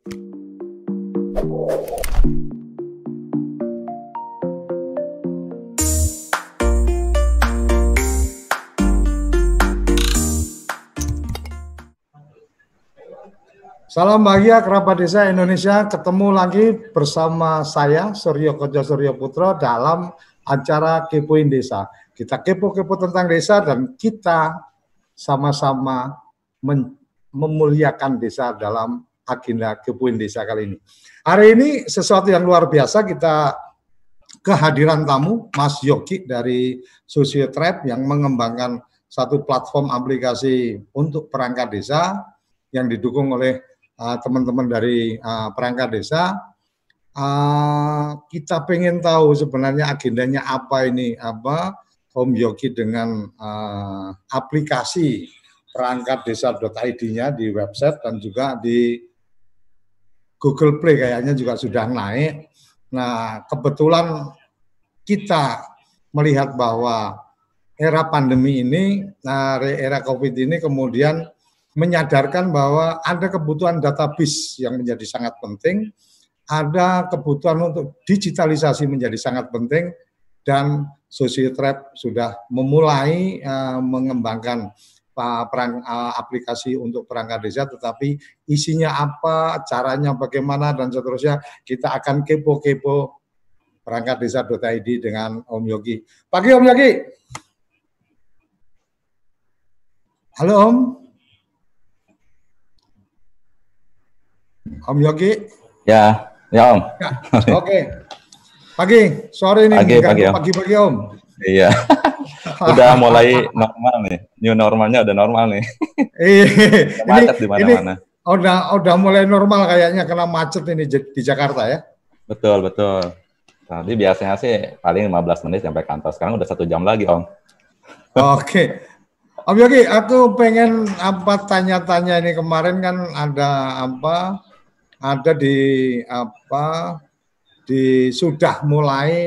Salam bahagia kerabat desa Indonesia, ketemu lagi bersama saya Suryo Kojo Suryo Putro dalam acara Kepoin Desa. Kita kepo-kepo tentang desa dan kita sama-sama memuliakan desa dalam agenda Kepoin Desa kali ini. Hari ini sesuatu yang luar biasa, kita kehadiran tamu Mas Yogi dari Sosiotrap yang mengembangkan satu platform aplikasi untuk perangkat desa yang didukung oleh teman-teman dari perangkat desa. Kita pengen tahu sebenarnya agendanya apa ini, Om Yogi dengan aplikasi perangkat desa.id-nya di website dan juga di Google Play kayaknya juga sudah naik. Nah, kebetulan kita melihat bahwa era pandemi ini, era COVID ini kemudian menyadarkan bahwa ada kebutuhan database yang menjadi sangat penting, ada kebutuhan untuk digitalisasi menjadi sangat penting, dan Sosiotrap sudah memulai mengembangkan aplikasi untuk perangkat desa, tetapi isinya apa, caranya bagaimana, dan seterusnya kita akan kepo-kepo perangkat desa.id dengan Om Yogi. Pagi Om Yogi. Halo Om. Om Yogi? Ya Om. Ya, oke. Pagi, sore ini pagi Om. Iya. Udah mulai normal nih. New normalnya udah normal nih. Macet di mana-mana. Udah mulai normal kayaknya karena macet ini di Jakarta ya. Betul. Tadi biasanya sih paling 15 menit sampai kantor. Sekarang udah 1 jam lagi Om. Oke. Om Yogi, aku pengen tanya-tanya ini, kemarin kan ada sudah mulai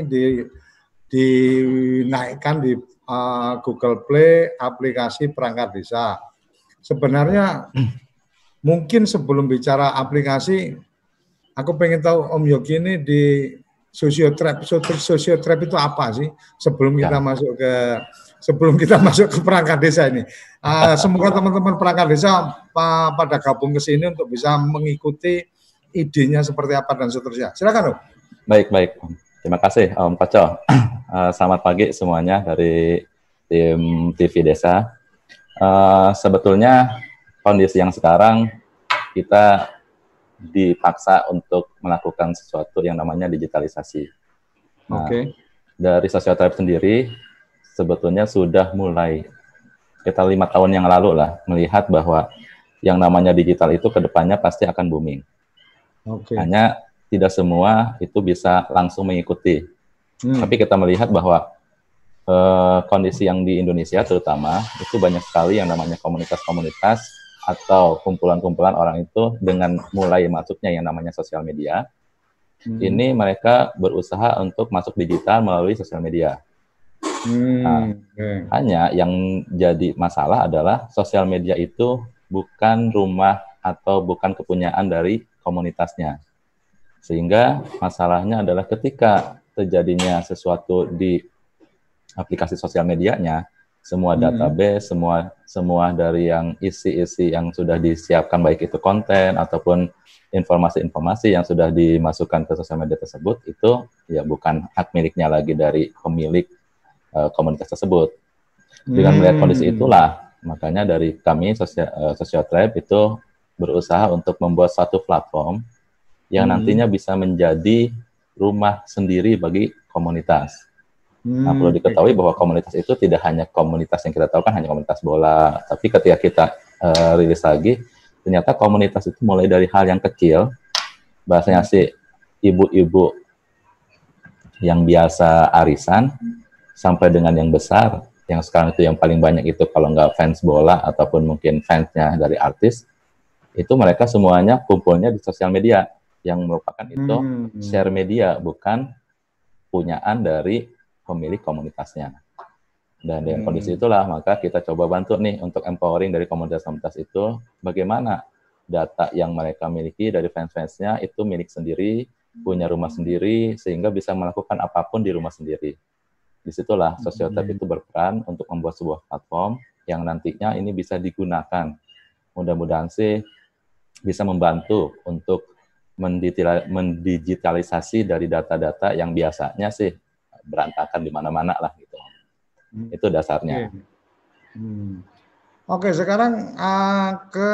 dinaikkan di Google Play aplikasi perangkat desa. Sebenarnya mungkin sebelum bicara aplikasi, aku pengen tahu Om Yogi ini di Sosiotrap itu apa sih sebelum kita masuk ke perangkat desa ini. Semoga teman-teman perangkat desa pada gabung ke sini untuk bisa mengikuti idenya seperti apa dan seterusnya. Silakan Om. Baik. Terima kasih Om Koco. Selamat pagi semuanya dari tim TV Desa. Sebetulnya kondisi yang sekarang kita dipaksa untuk melakukan sesuatu yang namanya digitalisasi. Oke. Dari Sosiotrap sendiri sebetulnya sudah mulai kita 5 tahun yang lalu lah melihat bahwa yang namanya digital itu kedepannya pasti akan booming. Oke. Hanya tidak semua itu bisa langsung mengikuti. Tapi kita melihat bahwa kondisi yang di Indonesia terutama itu banyak sekali yang namanya komunitas-komunitas atau kumpulan-kumpulan orang itu dengan mulai masuknya yang namanya sosial media. Ini mereka berusaha untuk masuk digital melalui sosial media. Hanya yang jadi masalah adalah sosial media itu bukan rumah atau bukan kepunyaan dari komunitasnya. Sehingga masalahnya adalah ketika terjadinya sesuatu di aplikasi sosial medianya, semua database, semua dari yang isi-isi yang sudah disiapkan, baik itu konten ataupun informasi-informasi yang sudah dimasukkan ke sosial media tersebut, itu ya bukan hak miliknya lagi dari pemilik komunitas tersebut. Dengan melihat kondisi itulah, makanya dari kami Sosiotrap itu berusaha untuk membuat satu platform yang nantinya bisa menjadi rumah sendiri bagi komunitas. Nah, perlu diketahui bahwa komunitas itu tidak hanya komunitas yang kita tahu kan hanya komunitas bola, tapi ketika kita rilis lagi, ternyata komunitas itu mulai dari hal yang kecil, bahasanya sih ibu-ibu yang biasa arisan, sampai dengan yang besar, yang sekarang itu yang paling banyak itu kalau nggak fans bola ataupun mungkin fansnya dari artis, itu mereka semuanya kumpulnya di sosial media, yang merupakan itu share media, bukan punyaan dari pemilik komunitasnya. Dan dengan kondisi itulah, maka kita coba bantu nih untuk empowering dari komunitas-komunitas itu, bagaimana data yang mereka miliki dari fans-fansnya itu milik sendiri, punya rumah sendiri, sehingga bisa melakukan apapun di rumah sendiri. Disitulah Sociotribe itu berperan untuk membuat sebuah platform yang nantinya ini bisa digunakan. Mudah-mudahan sih bisa membantu untuk mendigitalisasi dari data-data yang biasanya sih berantakan di mana-mana lah gitu. Itu dasarnya. Oke, sekarang ke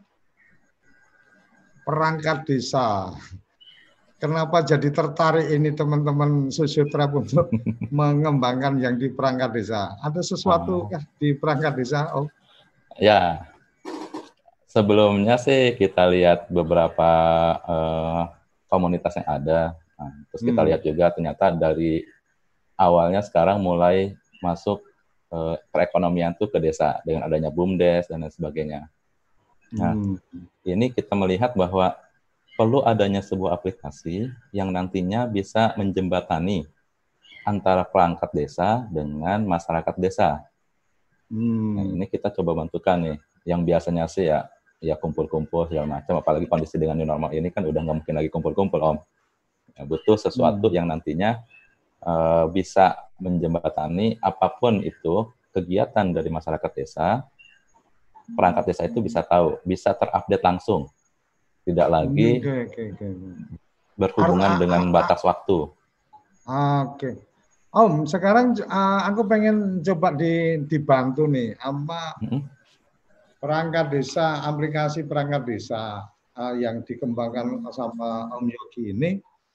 perangkat desa. Kenapa jadi tertarik ini teman-teman Sociotribe untuk mengembangkan yang di perangkat desa? Ada sesuatu di perangkat desa? Oh. Ya, sebelumnya sih kita lihat beberapa komunitas yang ada. Nah, terus kita lihat juga ternyata dari awalnya sekarang mulai masuk perekonomian tuh ke desa dengan adanya BUMDes dan lain sebagainya. Nah, ini kita melihat bahwa perlu adanya sebuah aplikasi yang nantinya bisa menjembatani antara perangkat desa dengan masyarakat desa. Nah, ini kita coba bantukan nih. Yang biasanya sih ya kumpul-kumpul segala macam, apalagi kondisi dengan new normal ini kan udah nggak mungkin lagi kumpul-kumpul, Om. Ya, butuh sesuatu yang nantinya bisa menjembatani apapun itu kegiatan dari masyarakat desa, perangkat desa itu bisa tahu, bisa terupdate langsung, tidak lagi berhubungan dengan batas waktu. Oke, Om, sekarang aku pengen coba dibantu nih sama perangkat desa, aplikasi perangkat desa yang dikembangkan sama Om Yogi ini.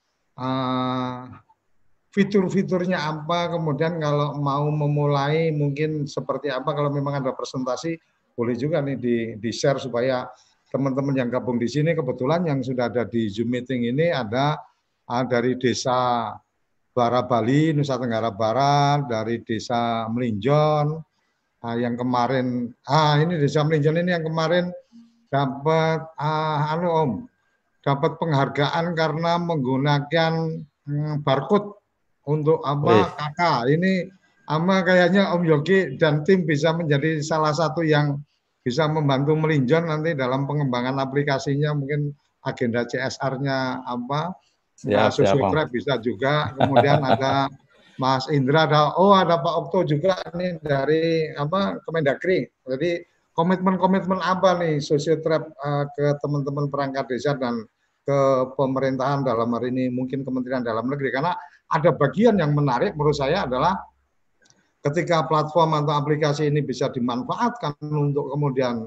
Fitur-fiturnya apa, kemudian kalau mau memulai mungkin seperti apa, kalau memang ada presentasi boleh juga nih di-share supaya teman-teman yang gabung di sini, kebetulan yang sudah ada di Zoom meeting ini ada dari desa Bara Bali, Nusa Tenggara Barat, dari desa Melinjon, yang kemarin, ini desa Melinjon ini yang kemarin dapat, Om, dapat penghargaan karena menggunakan barcode untuk kakak. Ini kayaknya Om Yogi dan tim bisa menjadi salah satu yang bisa membantu Melinjon nanti dalam pengembangan aplikasinya, mungkin agenda CSR-nya Sociotribe bisa juga. Kemudian ada Mas Indra, ada Pak Okto juga nih dari Kemendagri. Jadi komitmen-komitmen apa nih Sociotribe ke teman-teman perangkat desa dan ke pemerintahan dalam hari ini, mungkin Kementerian Dalam Negeri, karena ada bagian yang menarik menurut saya adalah ketika platform atau aplikasi ini bisa dimanfaatkan untuk kemudian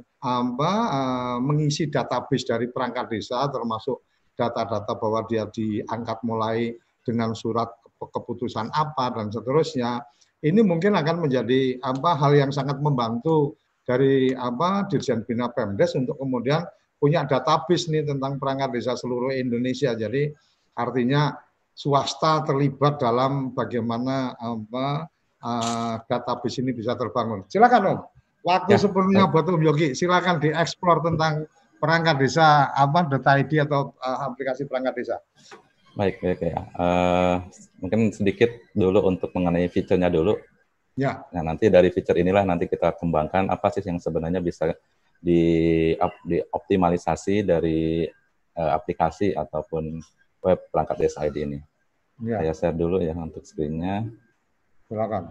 mengisi database dari perangkat desa, termasuk data-data bahwa dia diangkat mulai dengan surat keputusan apa dan seterusnya. Ini mungkin akan menjadi hal yang sangat membantu dari Dirjen Bina Pemdes untuk kemudian punya database nih tentang perangkat desa seluruh Indonesia. Jadi artinya swasta terlibat dalam bagaimana database ini bisa terbangun. Silakan Om. Waktu sepenuhnya buat Om Yogi. Silakan dieksplor tentang perangkat desa .id atau aplikasi perangkat desa. Baik ya. Mungkin sedikit dulu untuk mengenai fiturnya dulu. Ya. Nah, nanti dari fitur inilah nanti kita kembangkan apa sih yang sebenarnya bisa dioptimalisasi dari aplikasi ataupun web perangkat desa ID ini. Ya. Saya share dulu ya untuk screen-nya. Silakan.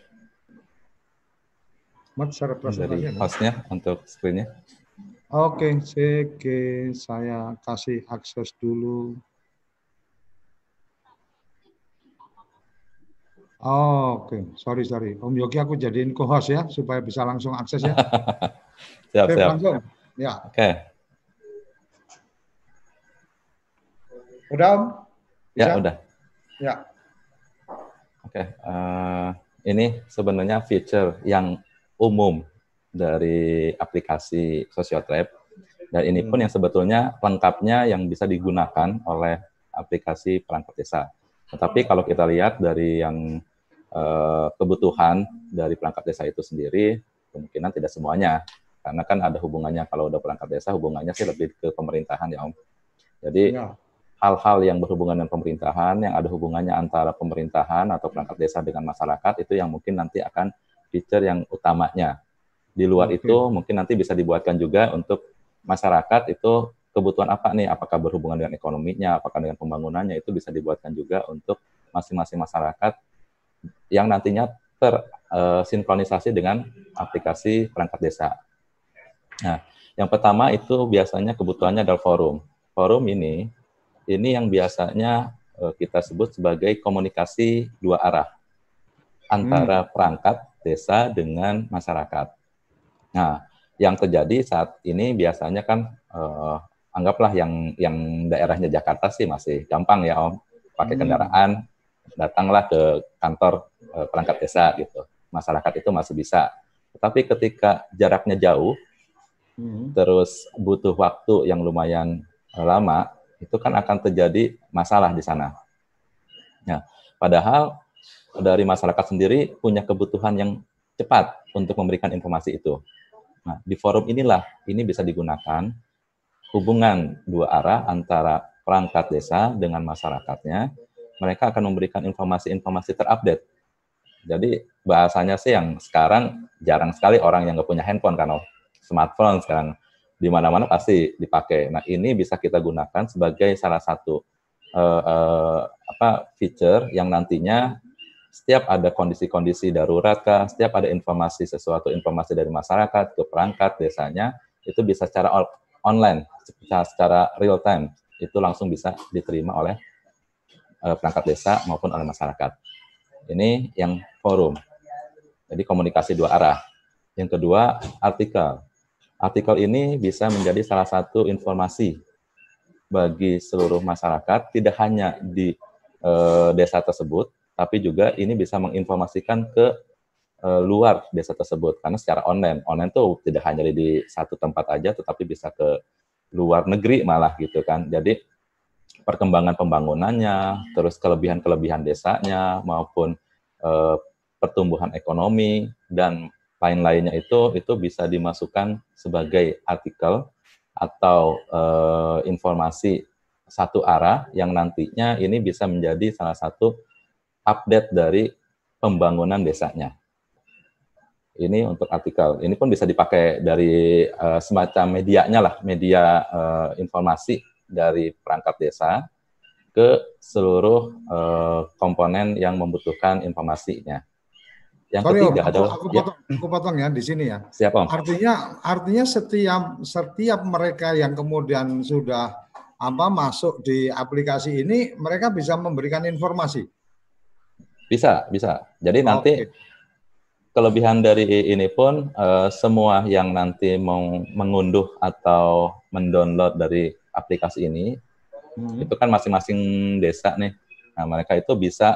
Dari hostnya untuk screen-nya. Oke, saya kasih akses dulu. Oke, sorry. Om Yogi aku jadiin co-host ya, supaya bisa langsung akses ya. Siap. Langsung. Ya. Oke. Udah Om? Bisa? Ya, udah. Ya. Oke, ini sebenarnya feature yang umum dari aplikasi Sociotribe, dan ini pun yang sebetulnya lengkapnya yang bisa digunakan oleh aplikasi perangkat desa. Tetapi kalau kita lihat dari yang kebutuhan dari perangkat desa itu sendiri, kemungkinan tidak semuanya, karena kan ada hubungannya, kalau udah perangkat desa hubungannya sih lebih ke pemerintahan ya Om. Jadi hal-hal yang berhubungan dengan pemerintahan, yang ada hubungannya antara pemerintahan atau perangkat desa dengan masyarakat, itu yang mungkin nanti akan feature yang utamanya. Di luar itu mungkin nanti bisa dibuatkan juga untuk masyarakat itu kebutuhan apa nih, apakah berhubungan dengan ekonominya, apakah dengan pembangunannya, itu bisa dibuatkan juga untuk masing-masing masyarakat yang nantinya tersinkronisasi dengan aplikasi perangkat desa. Nah, yang pertama itu biasanya kebutuhannya adalah forum. Forum ini yang biasanya kita sebut sebagai komunikasi dua arah antara perangkat desa dengan masyarakat. Nah, yang terjadi saat ini biasanya kan anggaplah yang daerahnya Jakarta sih masih gampang ya Om, pakai kendaraan datanglah ke kantor perangkat desa gitu. Masyarakat itu masih bisa. Tetapi ketika jaraknya jauh, terus butuh waktu yang lumayan lama, itu kan akan terjadi masalah di sana. Nah, padahal dari masyarakat sendiri punya kebutuhan yang cepat untuk memberikan informasi itu. Nah, di forum inilah ini bisa digunakan hubungan dua arah antara perangkat desa dengan masyarakatnya. Mereka akan memberikan informasi-informasi terupdate. Jadi bahasanya sih yang sekarang jarang sekali orang yang nggak punya handphone kan, smartphone sekarang di mana-mana pasti dipakai. Nah, ini bisa kita gunakan sebagai salah satu feature yang nantinya setiap ada kondisi-kondisi darurat kah, setiap ada informasi dari masyarakat ke perangkat desanya, itu bisa secara online, secara real time, itu langsung bisa diterima oleh perangkat desa maupun oleh masyarakat. Ini yang forum. Jadi komunikasi dua arah. Yang kedua, artikel. Artikel ini bisa menjadi salah satu informasi bagi seluruh masyarakat, tidak hanya di desa tersebut, tapi juga ini bisa menginformasikan ke luar desa tersebut, karena secara online tuh tidak hanya di satu tempat aja, tetapi bisa ke luar negeri malah gitu kan. Jadi perkembangan pembangunannya, terus kelebihan-kelebihan desanya, maupun pertumbuhan ekonomi dan lain-lainnya itu bisa dimasukkan sebagai artikel atau informasi satu arah yang nantinya ini bisa menjadi salah satu update dari pembangunan desanya. Ini untuk artikel. Ini pun bisa dipakai dari semacam medianya lah, media informasi dari perangkat desa ke seluruh komponen yang membutuhkan informasinya. Yang ketiga adalah aku potong ya di sini ya. Siap, Om. Artinya setiap mereka yang kemudian sudah masuk di aplikasi ini, mereka bisa memberikan informasi. Bisa. Jadi nanti kelebihan dari ini pun semua yang nanti mau mengunduh atau mendownload dari aplikasi ini, itu kan masing-masing desa nih. Nah, mereka itu bisa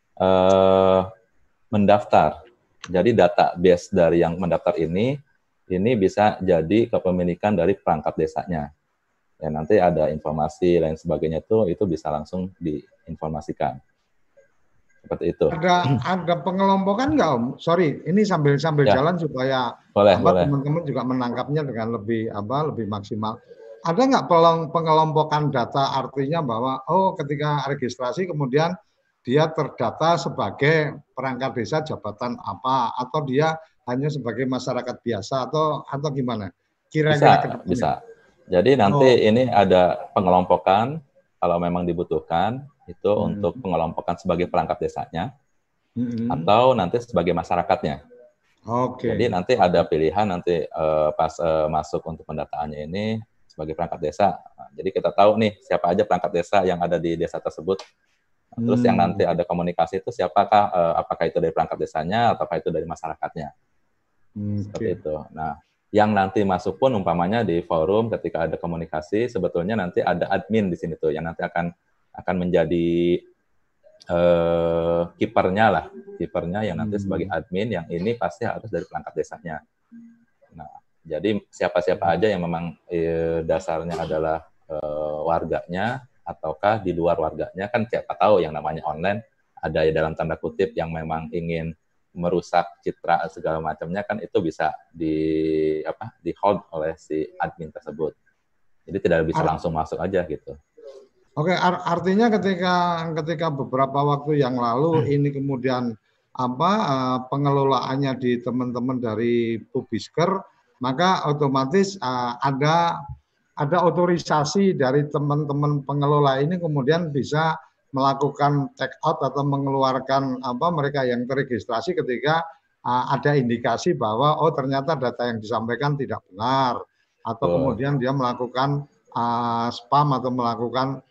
mendaftar. Jadi database dari yang mendaftar ini bisa jadi kepemilikan dari perangkat desanya. Ya, nanti ada informasi lain sebagainya itu bisa langsung diinformasikan. Seperti itu. Ada pengelompokan nggak, Om? Sorry, ini sambil ya, jalan supaya teman-teman juga menangkapnya dengan lebih maksimal. Ada nggak pengelompokan data, artinya bahwa ketika registrasi kemudian dia terdata sebagai perangkat desa jabatan apa, atau dia hanya sebagai masyarakat biasa atau gimana? Kira-kira bisa. Jadi nanti ini ada pengelompokan kalau memang dibutuhkan itu untuk pengelompokan sebagai perangkat desanya atau nanti sebagai masyarakatnya. Jadi nanti ada pilihan nanti pas masuk untuk pendataannya ini sebagai perangkat desa. Jadi kita tahu nih siapa aja perangkat desa yang ada di desa tersebut. Terus yang nanti ada komunikasi itu siapakah, apakah itu dari perangkat desanya atau itu dari masyarakatnya. Seperti itu. Nah, yang nanti masuk pun umpamanya di forum ketika ada komunikasi, sebetulnya nanti ada admin di sini tuh yang nanti akan menjadi kipernya yang nanti sebagai admin, yang ini pasti harus dari perangkat desanya. Nah, jadi siapa-siapa aja yang memang dasarnya adalah warganya ataukah di luar warganya, kan siapa tahu yang namanya online ada dalam tanda kutip yang memang ingin merusak citra segala macamnya, kan itu bisa di hold oleh si admin tersebut. Jadi tidak bisa langsung masuk aja gitu. Oke, artinya ketika beberapa waktu yang lalu ini kemudian pengelolaannya di teman-teman dari Pubisker, maka otomatis ada otorisasi dari teman-teman pengelola ini kemudian bisa melakukan check out atau mengeluarkan mereka yang terregistrasi ketika ada indikasi bahwa ternyata data yang disampaikan tidak benar atau kemudian dia melakukan spam atau melakukan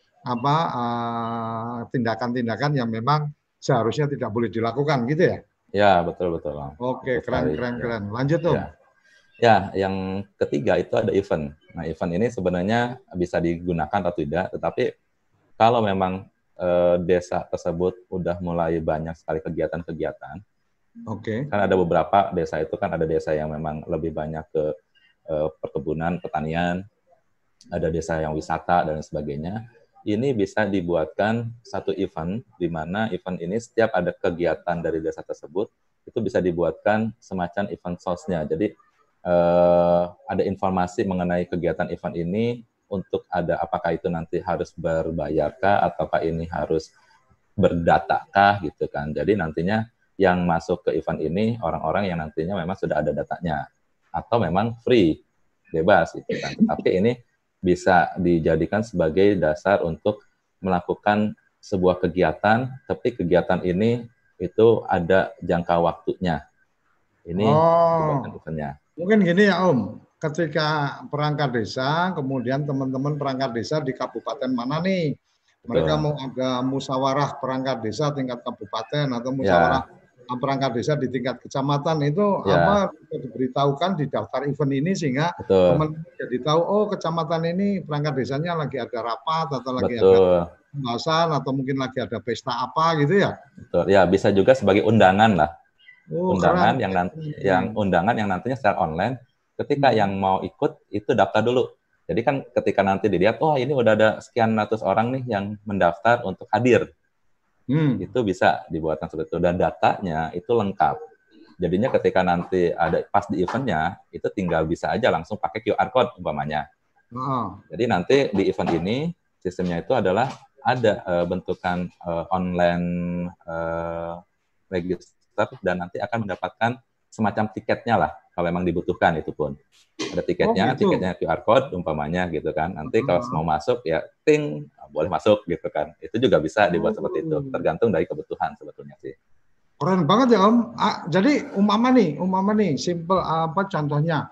tindakan-tindakan yang memang seharusnya tidak boleh dilakukan gitu ya. Ya, betul. Oke, keren. Lanjut Om. Ya, yang ketiga itu ada event. Nah, event ini sebenarnya bisa digunakan atau tidak, tetapi kalau memang desa tersebut udah mulai banyak sekali kegiatan-kegiatan. Oke. Kan ada beberapa desa itu kan ada desa yang memang lebih banyak ke perkebunan, pertanian, ada desa yang wisata dan sebagainya. Ini bisa dibuatkan satu event di mana event ini setiap ada kegiatan dari desa tersebut itu bisa dibuatkan semacam event source-nya. Jadi ada informasi mengenai kegiatan event ini untuk ada apakah itu nanti harus berbayarkah ataukah ini harus berdatakah gitu kan. Jadi nantinya yang masuk ke event ini orang-orang yang nantinya memang sudah ada datanya atau memang free, bebas gitu kan. Tapi ini bisa dijadikan sebagai dasar untuk melakukan sebuah kegiatan, tapi kegiatan ini itu ada jangka waktunya. Ini eventnya. Mungkin gini ya Om, ketika perangkat desa, kemudian teman-teman perangkat desa di kabupaten mana nih, mereka mau ada musyawarah perangkat desa tingkat kabupaten atau musyawarah perangkat desa di tingkat kecamatan itu bisa diberitahukan di daftar event ini sehingga teman-teman jadi tahu kecamatan ini perangkat desanya lagi ada rapat atau lagi ada pembahasan atau mungkin lagi ada pesta apa gitu ya. Betul. Ya, bisa juga sebagai undangan lah. Undangan keren. yang undangan yang nantinya secara online ketika yang mau ikut itu daftar dulu. Jadi kan ketika nanti dilihat ini udah ada sekian ratus orang nih yang mendaftar untuk hadir. Itu bisa dibuatkan seperti itu dan datanya itu lengkap. Jadinya ketika nanti ada pas di eventnya itu tinggal bisa aja langsung pakai QR code umpamanya. Jadi nanti di event ini sistemnya itu adalah ada bentukan online register dan nanti akan mendapatkan semacam tiketnya lah kalau memang dibutuhkan itu pun. Ada tiketnya, tiketnya QR code umpamanya gitu kan. Nanti kalau mau masuk ya ting boleh masuk gitu kan. Itu juga bisa dibuat seperti itu, tergantung dari kebutuhan sebetulnya sih. Keren banget ya Om. Jadi umpama nih, simple contohnya.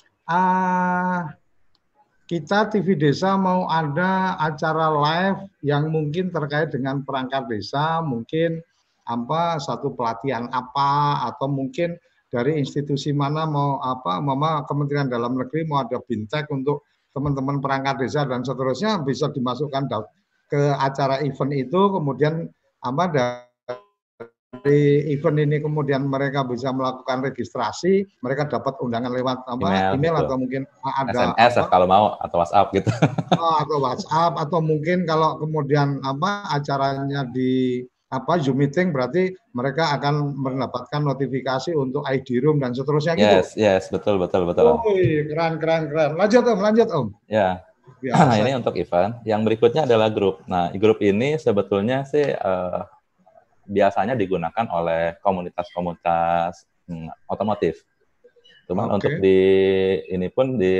Kita TV Desa mau ada acara live yang mungkin terkait dengan perangkat desa, mungkin satu pelatihan apa atau mungkin dari institusi mana mau Kementerian Dalam Negeri mau ada bintek untuk teman-teman perangkat desa dan seterusnya bisa dimasukkan ke acara event itu kemudian dari event ini kemudian mereka bisa melakukan registrasi, mereka dapat undangan lewat email gitu. Atau mungkin ada SMS kalau mau atau WhatsApp gitu. Atau WhatsApp atau mungkin kalau kemudian acaranya di Zoom meeting berarti mereka akan mendapatkan notifikasi untuk ID room dan seterusnya gitu. Yes, betul. Keren. Lanjut Om. Ya. Ini untuk event. Yang berikutnya adalah grup. Nah, grup ini sebetulnya sih biasanya digunakan oleh komunitas-komunitas otomotif. Cuman untuk di ini pun di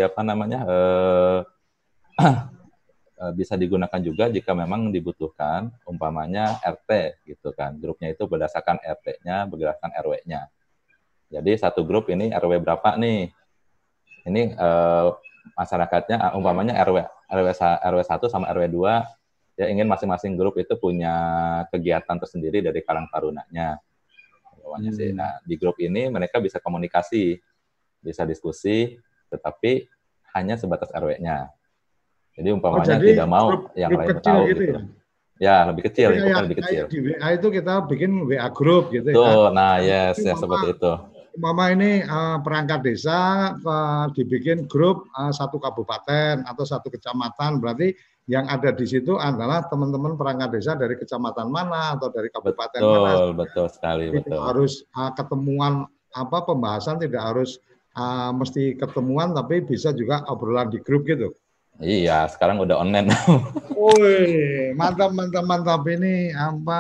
bisa digunakan juga jika memang dibutuhkan, umpamanya RT gitu kan. Grupnya itu berdasarkan RT-nya, berdasarkan RW-nya. Jadi satu grup ini RW berapa nih? Ini masyarakatnya umpamanya RW 1 sama RW 2 ya ingin masing-masing grup itu punya kegiatan tersendiri dari Karang Tarunanya. Nah, di grup ini mereka bisa komunikasi, bisa diskusi, tetapi hanya sebatas RW-nya. Jadi umpamanya tidak mau yang lain tahu gitu. Ya, lebih kecil, lebih kecil. Di WA itu kita bikin WA grup gitu ya. Nah, yes, ya seperti itu. Umpama ini perangkat desa dibikin grup satu kabupaten atau satu kecamatan, berarti yang ada di situ adalah teman-teman perangkat desa dari kecamatan mana atau dari kabupaten mana. Betul sekali, betul. Harus ketemuan pembahasan tidak harus mesti ketemuan, tapi bisa juga obrolan di grup gitu. Iya, sekarang udah online. Woi, mantap. Ini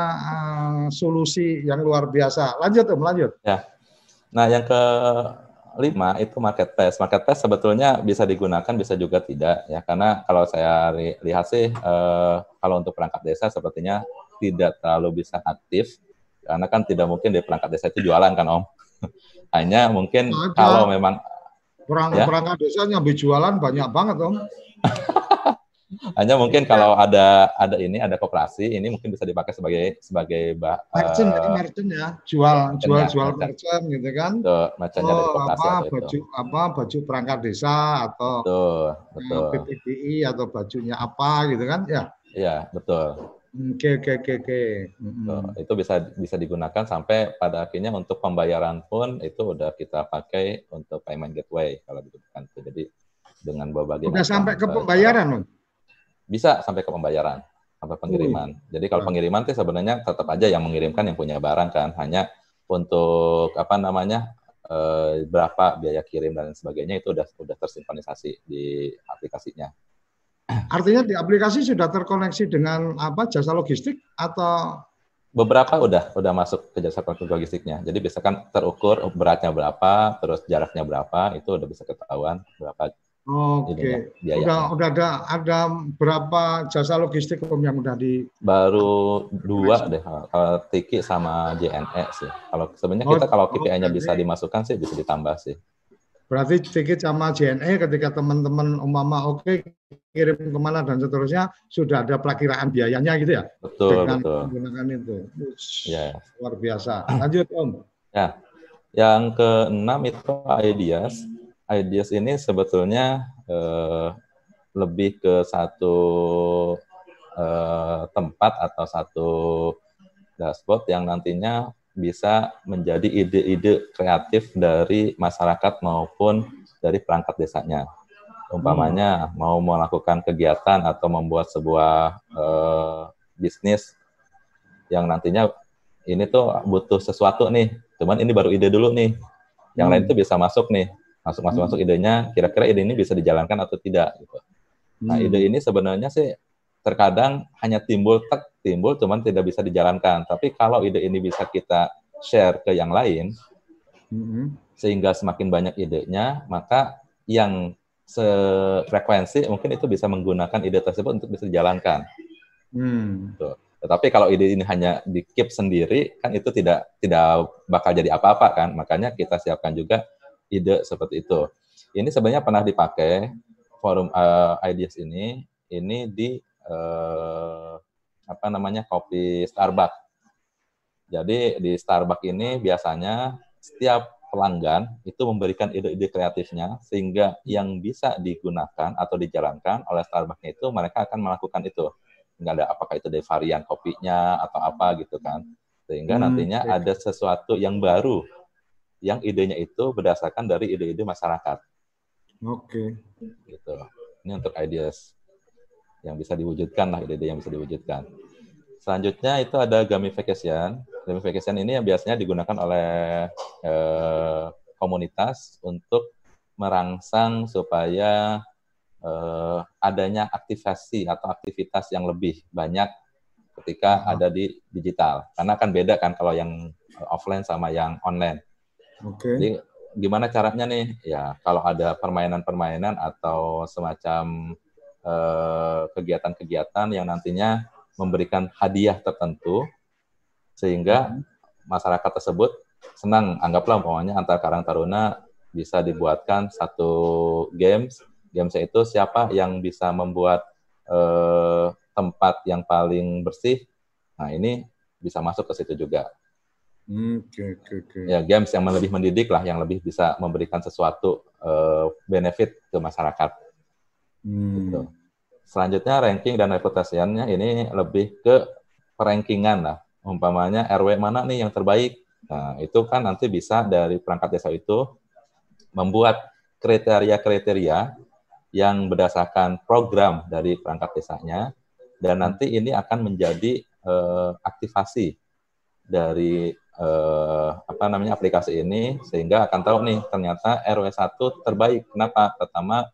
solusi yang luar biasa. Lanjut. Ya. Nah, yang 5 itu marketplace. Marketplace sebetulnya bisa digunakan, bisa juga tidak ya. Karena kalau saya lihat sih kalau untuk perangkat desa sepertinya tidak terlalu bisa aktif karena kan tidak mungkin di perangkat desa itu jualan kan Om. Hanya mungkin kalau Ada memang ya, perangkat desa nyambi jualan banyak banget Om. hanya mungkin kalau ada koperasi ini mungkin bisa dipakai sebagai Merchant, jadi merchant ya, jual merchant gitu kan. merchantnya dari koperasi atau itu. Baju perangkat desa atau Betul. PPBI atau bajunya apa gitu kan ya. Iya, betul. Oke. Itu bisa digunakan sampai pada akhirnya untuk pembayaran pun itu udah kita pakai untuk payment gateway kalau dibutuhkan. Jadi dengan berbagai udah sampai ke pembayaran Om? Bisa sampai ke pembayaran, sampai pengiriman. Jadi kalau pengiriman itu sebenarnya tetap aja yang mengirimkan yang punya barang kan, hanya untuk berapa biaya kirim dan sebagainya itu udah tersinkronisasi di aplikasinya. Artinya di aplikasi sudah terkoneksi dengan jasa logistik atau beberapa udah masuk ke jasa logistiknya. Jadi bisa kan terukur beratnya berapa, terus jaraknya berapa, itu udah bisa ketahuan berapa. Oke. Udah ada berapa jasa logistik yang udah di baru 2 deh, kalau Tiki sama JNE sih. Kalau sebenarnya kita kalau KPI-nya bisa dimasukkan sih bisa ditambah sih. Berarti Tiki sama JNE ketika teman-teman kirim kemana dan seterusnya sudah ada perakiraan biayanya gitu ya? Betul. Menggunakan itu. Ya. Luar biasa. Lanjut Om. Ya. Yang ke-6 itu Ideas. Ideas ini sebetulnya lebih ke satu tempat atau satu dashboard yang nantinya bisa menjadi ide-ide kreatif dari masyarakat maupun dari perangkat desanya. Umpamanya mau melakukan kegiatan atau membuat sebuah bisnis yang nantinya ini tuh butuh sesuatu nih, cuman ini baru ide dulu nih. Yang lain tuh bisa masuk nih, masuk idenya, kira-kira ide ini bisa dijalankan atau tidak gitu. Nah, ide ini sebenarnya sih terkadang hanya timbul, cuman tidak bisa dijalankan. Tapi kalau ide ini bisa kita share ke yang lain, sehingga semakin banyak idenya, maka yang sefrekuensi mungkin itu bisa menggunakan ide tersebut untuk bisa dijalankan. Tetapi kalau ide ini hanya di-keep sendiri, kan itu tidak bakal jadi apa-apa kan. Makanya kita siapkan juga ide seperti itu. Ini sebenarnya pernah dipakai forum Ideas ini di kopi Starbucks. Jadi di Starbucks ini biasanya setiap pelanggan itu memberikan ide-ide kreatifnya sehingga yang bisa digunakan atau dijalankan oleh Starbucks itu mereka akan melakukan itu. Nggak ada apakah itu dari varian kopinya atau apa gitu kan. Sehingga nantinya ada sesuatu yang baru yang idenya itu berdasarkan dari ide-ide masyarakat. Oke. Gitu. Ini untuk ideas yang bisa diwujudkan lah, ide-ide yang bisa diwujudkan. Selanjutnya itu ada gamification. Gamification ini yang biasanya digunakan oleh komunitas untuk merangsang supaya adanya aktivasi atau aktivitas yang lebih banyak ketika ada di digital. Karena kan beda kan kalau yang offline sama yang online. Jadi gimana caranya nih? Ya kalau ada permainan-permainan atau semacam kegiatan-kegiatan yang nantinya memberikan hadiah tertentu sehingga masyarakat tersebut senang. Anggaplah umpamanya antar Karang Taruna bisa dibuatkan satu games itu siapa yang bisa membuat tempat yang paling bersih. Nah ini bisa masuk ke situ juga. Ya games yang lebih mendidik lah, yang lebih bisa memberikan sesuatu benefit ke masyarakat. Gitu. Selanjutnya ranking dan reputasinya ini lebih ke perankingan lah. Umpamanya RW mana nih yang terbaik. Nah, itu kan nanti bisa dari perangkat desa itu membuat kriteria-kriteria yang berdasarkan program dari perangkat desanya dan nanti ini akan menjadi aktivasi dari aplikasi ini sehingga akan tahu nih ternyata RW 1 terbaik. Kenapa? Pertama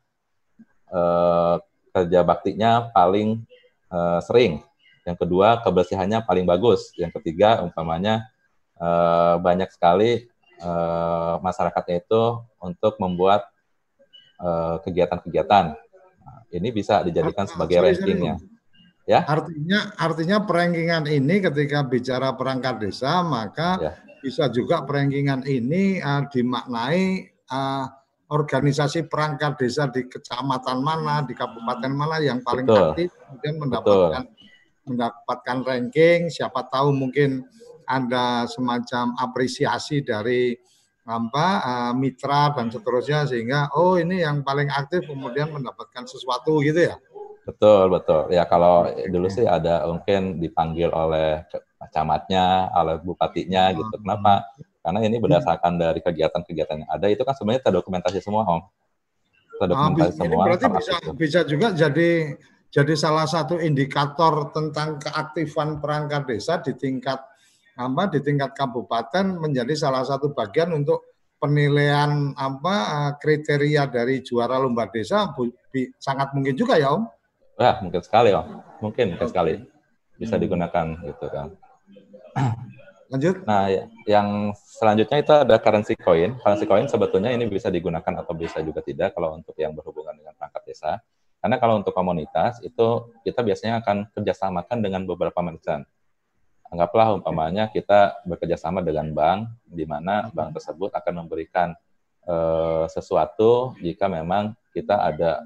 kerja baktinya paling sering. Yang kedua, kebersihannya paling bagus. Yang ketiga, umpamanya banyak sekali masyarakatnya itu untuk membuat kegiatan-kegiatan. Nah, ini bisa dijadikan sebagai rankingnya. Ya. Artinya perankingan ini ketika bicara perangkat desa, maka bisa juga perankingan ini dimaknai organisasi perangkat desa di kecamatan mana, di kabupaten mana yang paling aktif, kemudian mendapatkan ranking. Siapa tahu mungkin ada semacam apresiasi dari mitra dan seterusnya, sehingga oh ini yang paling aktif kemudian mendapatkan sesuatu gitu ya. Betul. Ya kalau dulu sih ada mungkin dipanggil oleh camatnya, oleh bupatinya gitu. Kenapa? Karena ini berdasarkan dari kegiatan-kegiatan yang ada, itu kan sebenarnya terdokumentasi semua, Om. Terdokumentasi semua. Berarti bisa juga jadi salah satu indikator tentang keaktifan perangkat desa di tingkat kabupaten, menjadi salah satu bagian untuk penilaian kriteria dari juara lomba desa. Sangat mungkin juga ya, Om. Ya, mungkin sekali, Om. Mungkin sekali bisa digunakan gitu kan. Lanjut. Nah, yang selanjutnya itu ada currency coin. Currency coin sebetulnya ini bisa digunakan atau bisa juga tidak kalau untuk yang berhubungan dengan perangkat desa. Karena kalau untuk komunitas itu kita biasanya akan kerjasamakan dengan beberapa merchant. Anggaplah umpamanya kita bekerjasama dengan bank, di mana bank tersebut akan memberikan sesuatu jika memang kita ada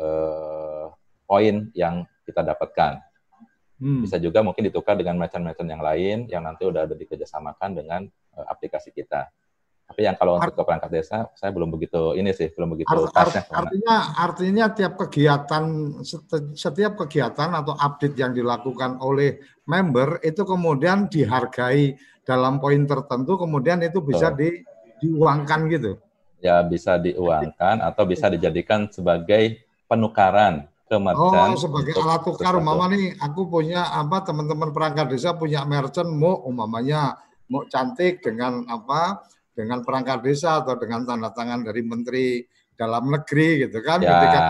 poin yang kita dapatkan. Bisa juga mungkin ditukar dengan merchant-merchant yang lain yang nanti udah ada dikerjasamakan dengan aplikasi kita. Tapi yang kalau untuk ke perangkat desa, saya belum begitu pasnya. Artinya setiap kegiatan atau update yang dilakukan oleh member itu kemudian dihargai dalam poin tertentu, kemudian itu bisa diuangkan gitu. Ya, bisa diuangkan atau bisa dijadikan sebagai penukaran ke merchant. Sebagai alat tukar. Umpama nih aku punya teman-teman perangkat desa punya merchant mau cantik dengan perangkat desa atau dengan tanda tangan dari Menteri Dalam Negeri gitu kan.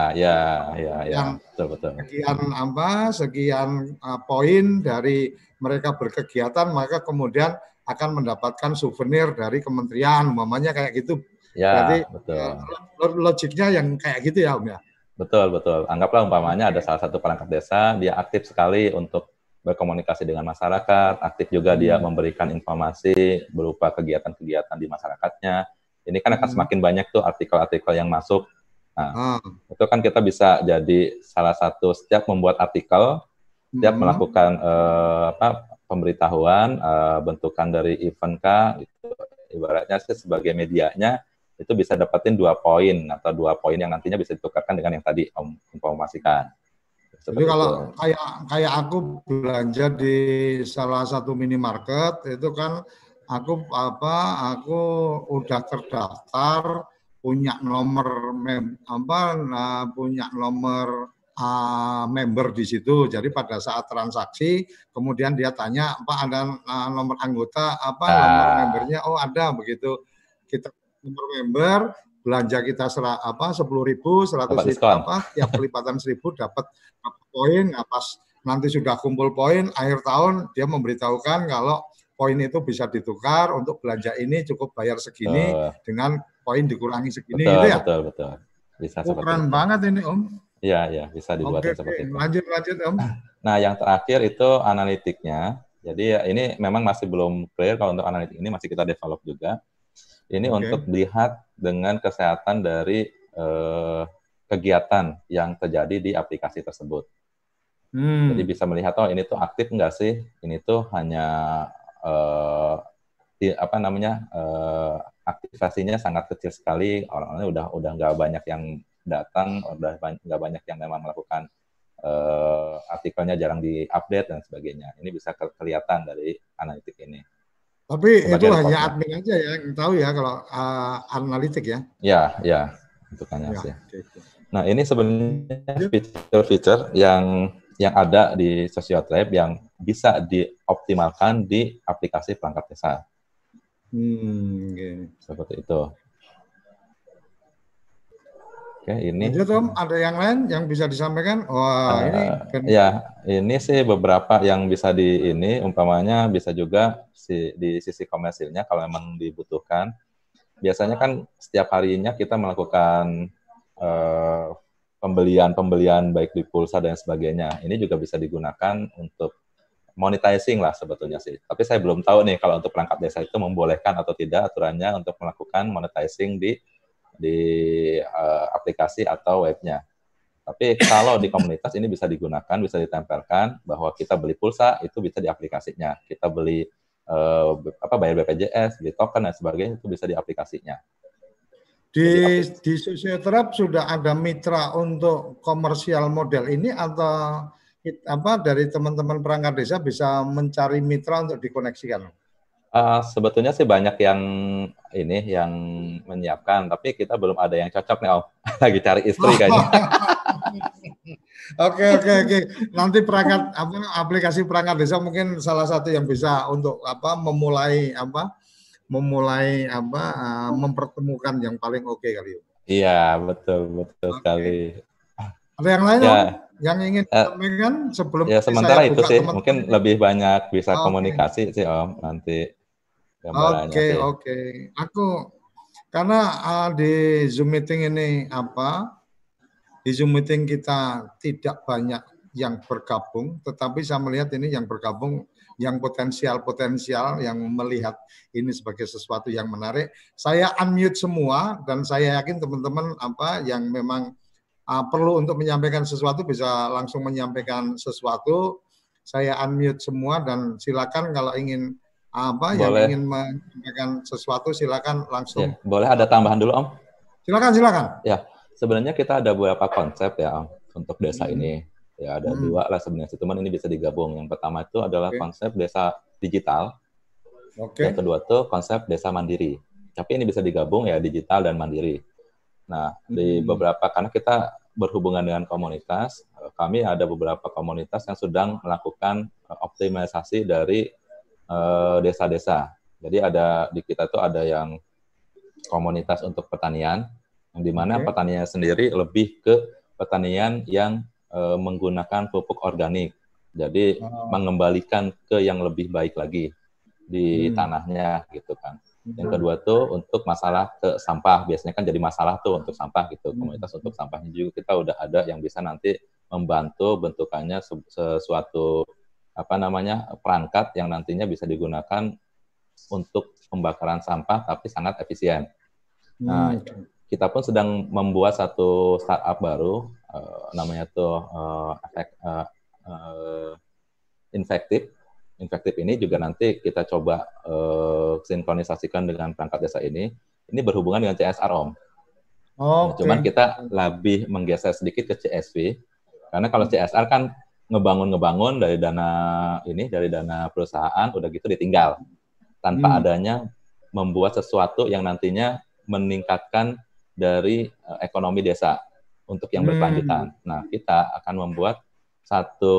Betul. Sekian poin dari mereka berkegiatan, maka kemudian akan mendapatkan souvenir dari kementerian, umpamanya kayak gitu. Ya, betul. Logiknya yang kayak gitu ya, Om ya. Betul. Anggaplah umpamanya ada salah satu perangkat desa, dia aktif sekali untuk berkomunikasi dengan masyarakat, aktif juga dia memberikan informasi berupa kegiatan-kegiatan di masyarakatnya. Ini kan akan semakin banyak tuh artikel-artikel yang masuk. Nah, itu kan kita bisa jadi salah satu setiap membuat artikel, setiap melakukan pemberitahuan, bentukan dari event gitu. Ibaratnya sih sebagai medianya, itu bisa dapetin 2 poin atau 2 poin yang nantinya bisa ditukarkan dengan yang tadi Om informasikan. Jadi kalau kayak aku belanja di salah satu minimarket itu kan aku udah terdaftar, punya nomor member di situ. Jadi pada saat transaksi kemudian dia tanya, Pak ada nomor anggota nomor membernya? Oh ada, begitu kita nomor member, belanja kita 10.000, 100, tiap kelipatan 1.000 dapat poin. Nah, pas nanti sudah kumpul poin akhir tahun, dia memberitahukan kalau poin itu bisa ditukar untuk belanja ini cukup bayar segini dengan poin dikurangi segini. Betul, gitu ya. Betul. Bisa keren banget ini, Om. Iya, bisa dibuat seperti itu. Lanjut, Om. Nah, yang terakhir itu analitiknya. Jadi ya ini memang masih belum clear kalau untuk analitik ini masih kita develop juga. Ini untuk melihat dengan kesehatan dari kegiatan yang terjadi di aplikasi tersebut. Jadi bisa melihat, ini tuh aktif nggak sih? Ini tuh hanya aktivasinya sangat kecil sekali. Orang-orangnya udah nggak banyak yang datang, udah nggak banyak yang memang melakukan artikelnya jarang diupdate dan sebagainya. Ini bisa kelihatan dari analitik ini. Tapi itu hanya admin aja yang tahu ya kalau analitik ya? Ya, itu kan sih. Nah, ini sebenarnya fitur-fitur yang ada di Sosiotribe yang bisa dioptimalkan di aplikasi perangkat desa. Seperti itu. Ini. Lanjut, Om, ada yang lain yang bisa disampaikan? Ini sih beberapa yang bisa umpamanya bisa juga di sisi komersilnya kalau memang dibutuhkan. biasanya kan setiap harinya kita melakukan eh, pembelian baik di pulsa dan sebagainya. Ini juga bisa digunakan untuk monetizing lah sebetulnya sih. Tapi saya belum tahu nih kalau untuk perangkat desa itu membolehkan atau tidak aturannya untuk melakukan monetizing di aplikasi atau webnya. Tapi kalau di komunitas ini bisa digunakan, bisa ditempelkan bahwa kita beli pulsa itu bisa di aplikasinya. Kita beli bayar BPJS, beli token dan sebagainya itu bisa di aplikasinya. Di Sosioterap sudah ada mitra untuk komersial model ini atau dari teman-teman perangkat desa bisa mencari mitra untuk dikoneksikan? Sebetulnya sih banyak yang menyiapkan, tapi kita belum ada yang cocok nih Om. Lagi cari istri kayaknya. Oke. Nanti aplikasi perangkat desa mungkin salah satu yang bisa untuk mempertemukan yang paling oke kali. Iya, betul sekali. Ada yang lain Om yang ingin disampaikan sebelum sementara itu sih mungkin lebih banyak bisa komunikasi sih Om nanti gambarannya. Oke. Aku karena di Zoom meeting ini di Zoom meeting kita tidak banyak yang bergabung, tetapi saya melihat ini yang bergabung yang potensial yang melihat ini sebagai sesuatu yang menarik. Saya unmute semua dan saya yakin teman-teman yang memang perlu untuk menyampaikan sesuatu bisa langsung menyampaikan sesuatu. Saya unmute semua dan silakan kalau ingin yang ingin menyampaikan sesuatu silakan langsung. Ya, boleh ada tambahan dulu Om? Silakan. Ya, sebenarnya kita ada beberapa konsep ya Om untuk desa ini. Ya ada dua lah sebenarnya, cuman ini bisa digabung. Yang pertama itu adalah konsep desa digital. Yang kedua tuh konsep desa mandiri. Tapi ini bisa digabung ya digital dan mandiri. Nah, di beberapa, karena kita berhubungan dengan komunitas, kami ada beberapa komunitas yang sedang melakukan optimalisasi dari desa-desa. Jadi di kita tuh ada yang komunitas untuk pertanian, yang dimana pertanian sendiri lebih ke pertanian yang menggunakan pupuk organik. Jadi mengembalikan ke yang lebih baik lagi di tanahnya gitu kan. Yang kedua tuh untuk masalah ke sampah, biasanya kan jadi masalah tuh untuk sampah gitu. Komunitas untuk sampahnya juga kita udah ada yang bisa nanti membantu bentukannya sesuatu perangkat yang nantinya bisa digunakan untuk pembakaran sampah tapi sangat efisien. Nah, kita pun sedang membuat satu startup baru namanya tuh Infektif. Infektif ini juga nanti kita coba sinkronisasikan dengan perangkat desa ini. Ini berhubungan dengan CSR Om. Nah, cuman kita lebih menggeser sedikit ke CSV karena kalau CSR kan ngebangun dari dana perusahaan udah gitu ditinggal tanpa adanya membuat sesuatu yang nantinya meningkatkan dari ekonomi desa untuk yang berkelanjutan. Nah, kita akan membuat satu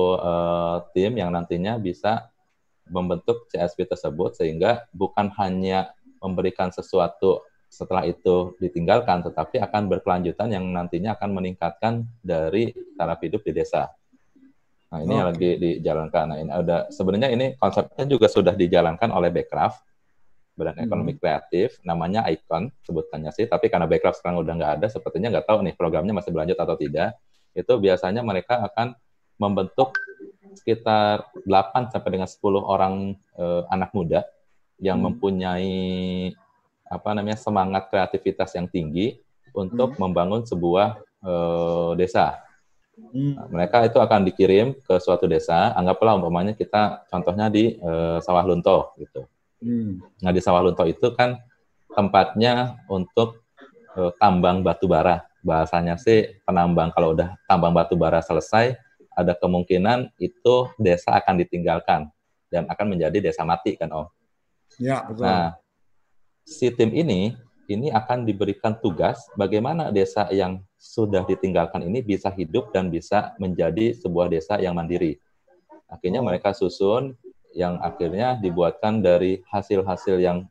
tim yang nantinya bisa membentuk CSV tersebut sehingga bukan hanya memberikan sesuatu setelah itu ditinggalkan, tetapi akan berkelanjutan yang nantinya akan meningkatkan dari taraf hidup di desa. Nah, ini yang lagi dijalankan. Nah, sebenarnya ini konsepnya juga sudah dijalankan oleh Backcraft, Badan Ekonomi Kreatif, namanya Icon sebutannya sih, tapi karena Backcraft sekarang udah nggak ada, sepertinya nggak tahu nih programnya masih berlanjut atau tidak. Itu biasanya mereka akan membentuk sekitar 8 sampai dengan 10 orang anak muda yang mempunyai semangat kreativitas yang tinggi untuk membangun sebuah desa. Nah, mereka itu akan dikirim ke suatu desa, anggaplah umpamanya kita contohnya di Sawah Lunto gitu. Nah, di Sawah Lunto itu kan tempatnya untuk tambang batu bara. Bahasanya sih penambang, kalau udah tambang batu bara selesai, ada kemungkinan itu desa akan ditinggalkan dan akan menjadi desa mati kan Om. Ya, betul. Nah, si tim ini akan diberikan tugas bagaimana desa yang sudah ditinggalkan ini bisa hidup dan bisa menjadi sebuah desa yang mandiri. Akhirnya mereka susun yang akhirnya dibuatkan dari hasil-hasil yang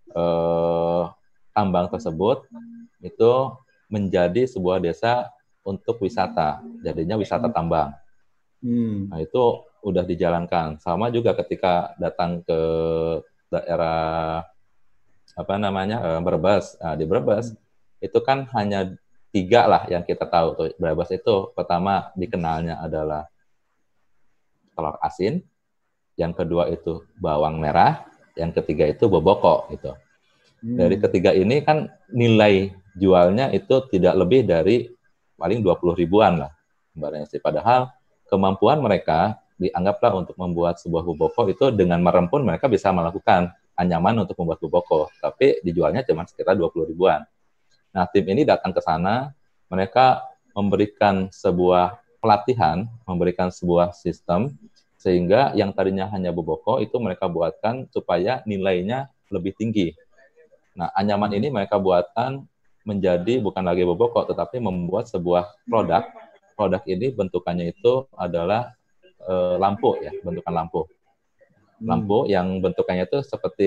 tambang tersebut itu menjadi sebuah desa untuk wisata, jadinya wisata tambang. Nah, itu udah dijalankan. Sama juga ketika datang ke daerah Brebes. Nah, di Brebes itu kan hanya 3 lah yang kita tahu tuh. Brebes itu pertama dikenalnya adalah telur asin, yang kedua itu bawang merah, yang ketiga itu boboko gitu. Dari ketiga ini kan nilai jualnya itu tidak lebih dari paling 20 ribuan lah barangnya sih. Padahal kemampuan mereka dianggaplah untuk membuat sebuah boboko itu dengan merem pun mereka bisa melakukan anyaman untuk membuat boboko, tapi dijualnya cuma sekitar 20 ribuan. Nah, tim ini datang ke sana, mereka memberikan sebuah pelatihan, memberikan sebuah sistem, sehingga yang tadinya hanya boboko itu mereka buatkan supaya nilainya lebih tinggi. Nah, anyaman ini mereka buatkan menjadi bukan lagi boboko, tetapi membuat sebuah produk. Produk ini bentukannya itu adalah lampu ya, bentukan lampu. Lampu yang bentukannya itu seperti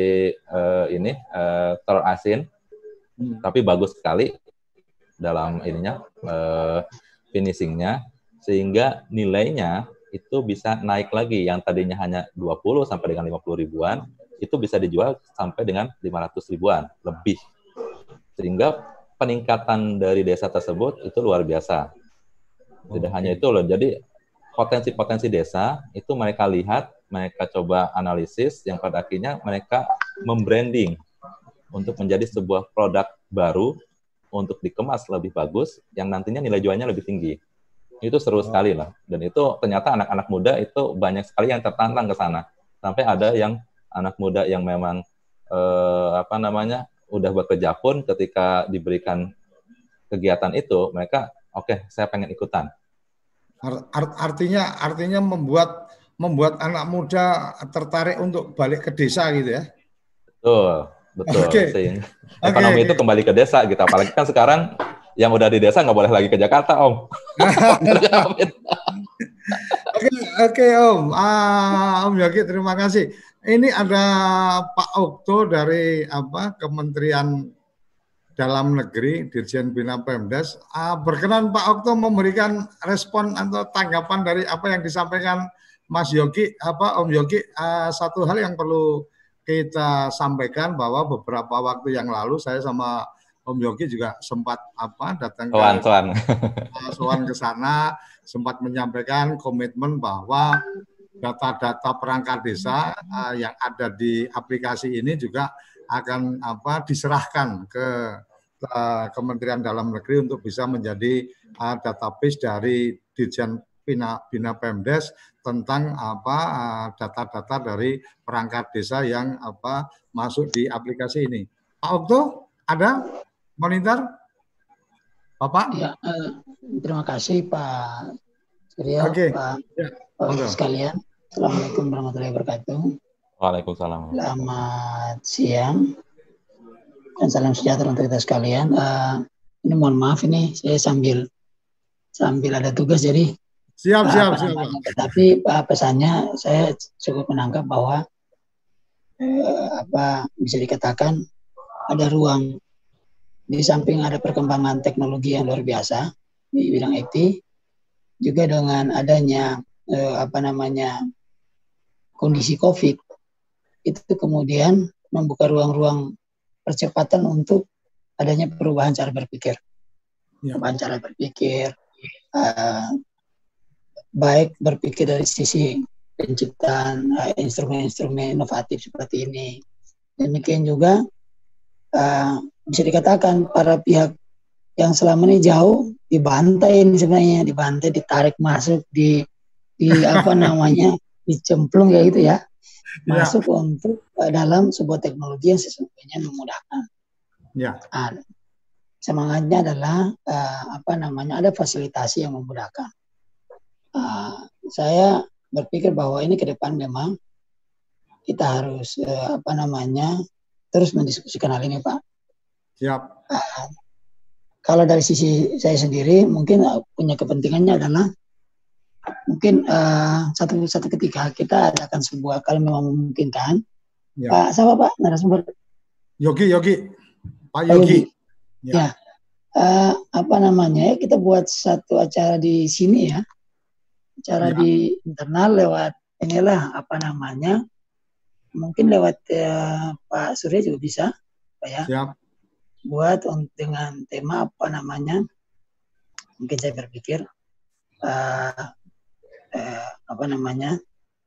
telur asin, tapi bagus sekali dalam ininya finishingnya, sehingga nilainya itu bisa naik lagi, yang tadinya hanya 20 sampai dengan 50 ribuan, itu bisa dijual sampai dengan 500 ribuan lebih. Sehingga peningkatan dari desa tersebut itu luar biasa. Tidak hanya itu loh, jadi potensi-potensi desa itu mereka lihat, mereka coba analisis, yang pada akhirnya mereka membranding untuk menjadi sebuah produk baru untuk dikemas lebih bagus, yang nantinya nilai jualnya lebih tinggi. Itu seru sekali lah. Dan itu ternyata anak-anak muda itu banyak sekali yang tertantang ke sana. Sampai ada yang anak muda yang memang udah bekerja pun ketika diberikan kegiatan itu, mereka oke, saya pengen ikutan. Artinya membuat anak muda tertarik untuk balik ke desa gitu ya. Betul. Sehingga ekonomi itu kembali ke desa gitu. Apalagi kan sekarang yang udah di desa nggak boleh lagi ke Jakarta, Om. Oke, Om. Om Yogi, terima kasih. Ini ada Pak Okto dari Kementerian Dalam Negeri, Dirjen Bina Pemdes. Berkenan Pak Okto memberikan respon atau tanggapan dari apa yang disampaikan Mas Yogi, Om Yogi. Satu hal yang perlu kita sampaikan bahwa beberapa waktu yang lalu saya sama Om Yogi juga sempat datang sowan ke sana, sempat menyampaikan komitmen bahwa data-data perangkat desa yang ada di aplikasi ini juga akan diserahkan ke Kementerian Dalam Negeri untuk bisa menjadi database dari Dirjen Bina Pemdes tentang data-data dari perangkat desa yang masuk di aplikasi ini. Pak Okto, ada monitor? Bapak? Ya, terima kasih Pak Suryo, Pak sekalian. Assalamualaikum warahmatullahi wabarakatuh. Waalaikumsalam. Selamat siang dan salam sejahtera untuk kita sekalian. Ini mohon maaf, ini saya sambil ada tugas, jadi siap. Tapi pesannya saya cukup menangkap bahwa bisa dikatakan ada ruang, di samping ada perkembangan teknologi yang luar biasa di bidang IT, juga dengan adanya kondisi COVID itu kemudian membuka ruang-ruang percepatan untuk adanya perubahan cara berpikir. Perubahan cara berpikir, baik berpikir dari sisi penciptaan instrumen-instrumen inovatif seperti ini. Demikian juga bisa dikatakan para pihak yang selama ini jauh dibantai, ini sebenarnya dibantai, ditarik masuk, dicemplung ya gitu ya, masuk untuk dalam sebuah teknologi yang sesungguhnya memudahkan. Semangatnya adalah ada fasilitasi yang memudahkan. Saya berpikir bahwa ini ke depan memang kita harus terus mendiskusikan hal ini, Pak. Siap. Kalau dari sisi saya sendiri mungkin punya kepentingannya adalah mungkin satu ketika kita adakan sebuah, kalau memang memungkinkan. Pak, siapa Pak narasumber? Yogi. Pak Yogi. Ya. Kita buat satu acara di sini ya. Acara di internal lewat inilah mungkin lewat Pak Surya juga bisa, Pak ya. Siap. Buat dengan tema apa namanya? Mungkin saya berpikir apa namanya?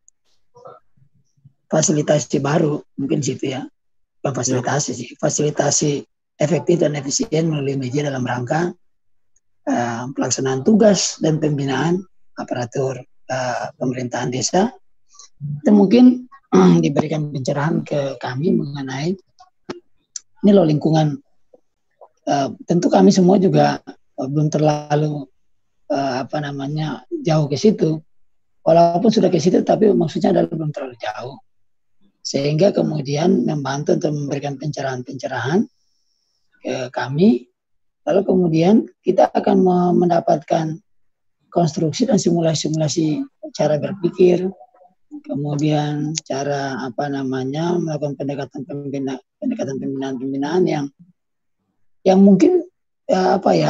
Fasilitasi baru, mungkin situ ya. Bukan fasilitasi sih, fasilitasi efektif dan efisien melalui media dalam rangka pelaksanaan tugas dan pembinaan aparatur pemerintahan desa. Itu mungkin diberikan pencerahan ke kami mengenai ini loh lingkungan. Tentu kami semua juga belum terlalu apa namanya jauh ke situ. Walaupun sudah ke situ, tapi maksudnya adalah belum terlalu jauh. Sehingga kemudian membantu untuk memberikan pencerahan-pencerahan ke kami. Lalu kemudian kita akan mendapatkan konstruksi dan simulasi-simulasi cara berpikir, kemudian cara apa namanya melakukan pendekatan pembinaan yang mungkin apa ya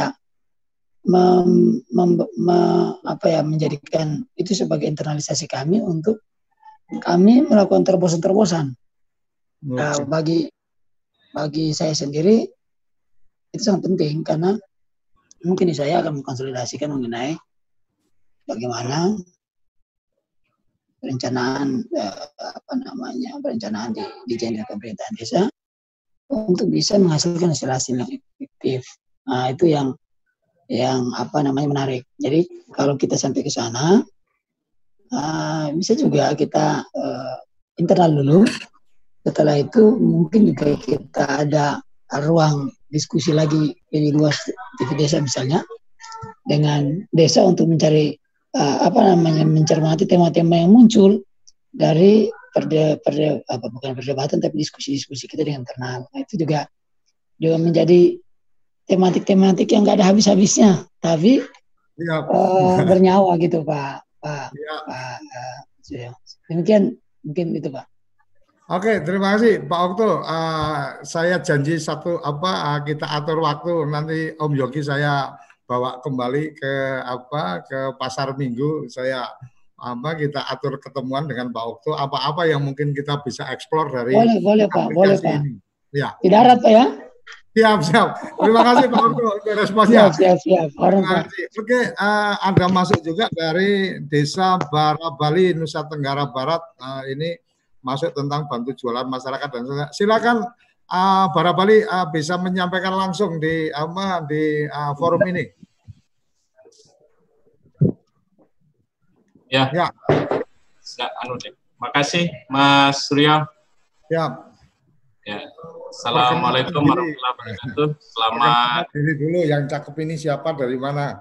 menjadikan itu sebagai internalisasi kami untuk kami melakukan terobosan-terobosan. Bagi saya sendiri itu sangat penting karena mungkin saya akan mengkonsolidasikan mengenai bagaimana perencanaan perencanaan di jenjang pemerintahan desa untuk bisa menghasilkan hasil yang efektif. Nah, itu yang apa namanya menarik. Jadi kalau kita sampai ke sana bisa juga kita internal dulu. Setelah itu mungkin juga kita ada ruang diskusi lagi lebih luas TV desa misalnya dengan desa untuk mencari mencermati tema-tema yang muncul dari bukan perdebatan tapi diskusi-diskusi kita dengan internal. Nah, itu juga menjadi tematik-tematik yang nggak ada habis-habisnya, tapi bernyawa gitu Pak. Demikian mungkin itu Pak. Oke, terima kasih Pak Okto. Saya janji kita atur waktu nanti Om Yogi saya bawa kembali ke pasar Minggu. Kita atur ketemuan dengan Pak Okto. Apa yang mungkin kita bisa eksplor dari boleh Pak, boleh Pak. Ini. Ya. Di darat Pak ya. Siap. Terima kasih Pak Okto untuk responnya. Siap. Terima kasih. Oke, ada masuk juga dari Desa Barabali, Nusa Tenggara Barat. Ini masuk tentang bantu jualan masyarakat dan silakan Barabali bisa menyampaikan langsung di forum ini. Ya. Makasih Mas Suryo. Ya. Assalamualaikum warahmatullahi wabarakatuh. Selamat diri dulu yang cakep ini siapa dari mana?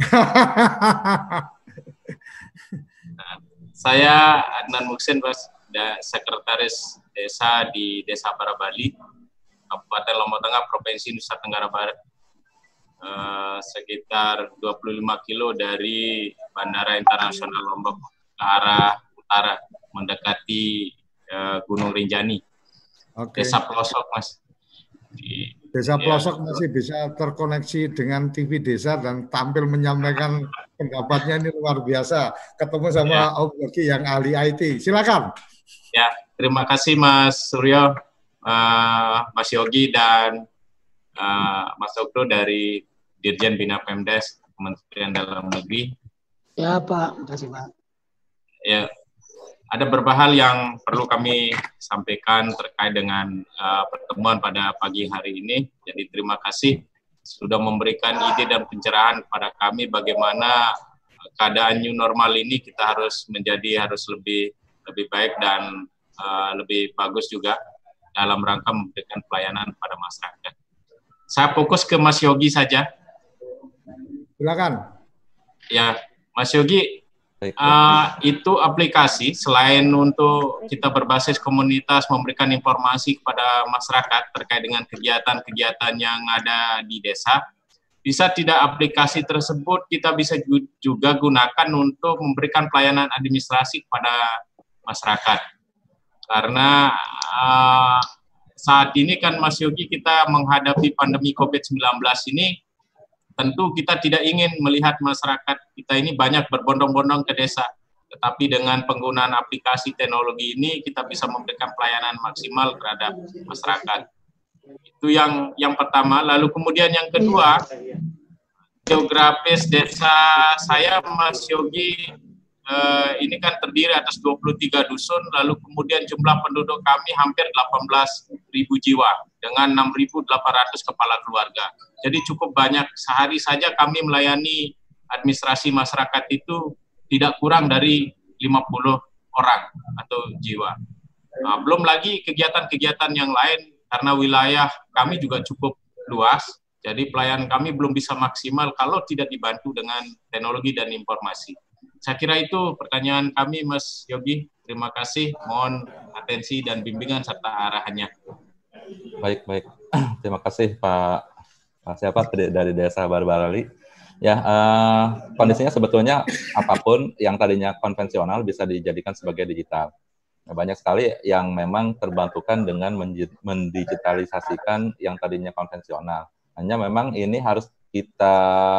Saya Adnan Muksin, Bos, Sekretaris Desa di Desa Barabali, Kabupaten Lombok Tengah, Provinsi Nusa Tenggara Barat. Sekitar 25 kilo dari Bandara Internasional Lombok ke arah utara, mendekati Gunung Rinjani. Oke. Desa pelosok, Mas. Desa pelosok masih bisa terkoneksi dengan TV desa dan tampil menyampaikan pendapatnya, ini luar biasa. Ketemu sama Om Yogi yang ahli IT. Silakan. Ya, terima kasih Mas Suryo, Mas Yogi dan Mas Okto dari Dirjen Bina Pemdes Kementerian Dalam Negeri. Ya Pak, terima kasih Pak. Ya, ada beberapa hal yang perlu kami sampaikan terkait dengan pertemuan pada pagi hari ini. Jadi terima kasih sudah memberikan ide dan pencerahan kepada kami bagaimana keadaan new normal ini kita harus lebih baik dan lebih bagus juga dalam rangka memberikan pelayanan pada masyarakat. Saya fokus ke Mas Yogi saja. Silakan. Ya, Mas Yogi, itu aplikasi selain untuk kita berbasis komunitas memberikan informasi kepada masyarakat terkait dengan kegiatan-kegiatan yang ada di desa, bisa tidak aplikasi tersebut kita bisa juga gunakan untuk memberikan pelayanan administrasi kepada masyarakat. Karena saat ini kan Mas Yogi kita menghadapi pandemi COVID-19 ini, tentu kita tidak ingin melihat masyarakat kita ini banyak berbondong-bondong ke desa. Tetapi dengan penggunaan aplikasi teknologi ini kita bisa memberikan pelayanan maksimal terhadap masyarakat. Itu yang pertama. Lalu kemudian yang kedua, geografis desa saya, Mas Yogi, ini kan terdiri atas 23 dusun, lalu kemudian jumlah penduduk kami hampir 18.000 jiwa dengan 6.800 kepala keluarga. Jadi cukup banyak. Sehari saja kami melayani administrasi masyarakat itu tidak kurang dari 50 orang atau jiwa. Nah, belum lagi kegiatan-kegiatan yang lain, karena wilayah kami juga cukup luas, jadi pelayanan kami belum bisa maksimal kalau tidak dibantu dengan teknologi dan informasi. Saya kira itu pertanyaan kami, Mas Yogi. Terima kasih, mohon atensi dan bimbingan serta arahannya. Baik. Terima kasih Pak siapa dari Desa Barbarali. Ya, kondisinya sebetulnya apapun yang tadinya konvensional bisa dijadikan sebagai digital. Nah, banyak sekali yang memang terbantukan dengan mendigitalisasikan yang tadinya konvensional. Hanya memang ini harus kita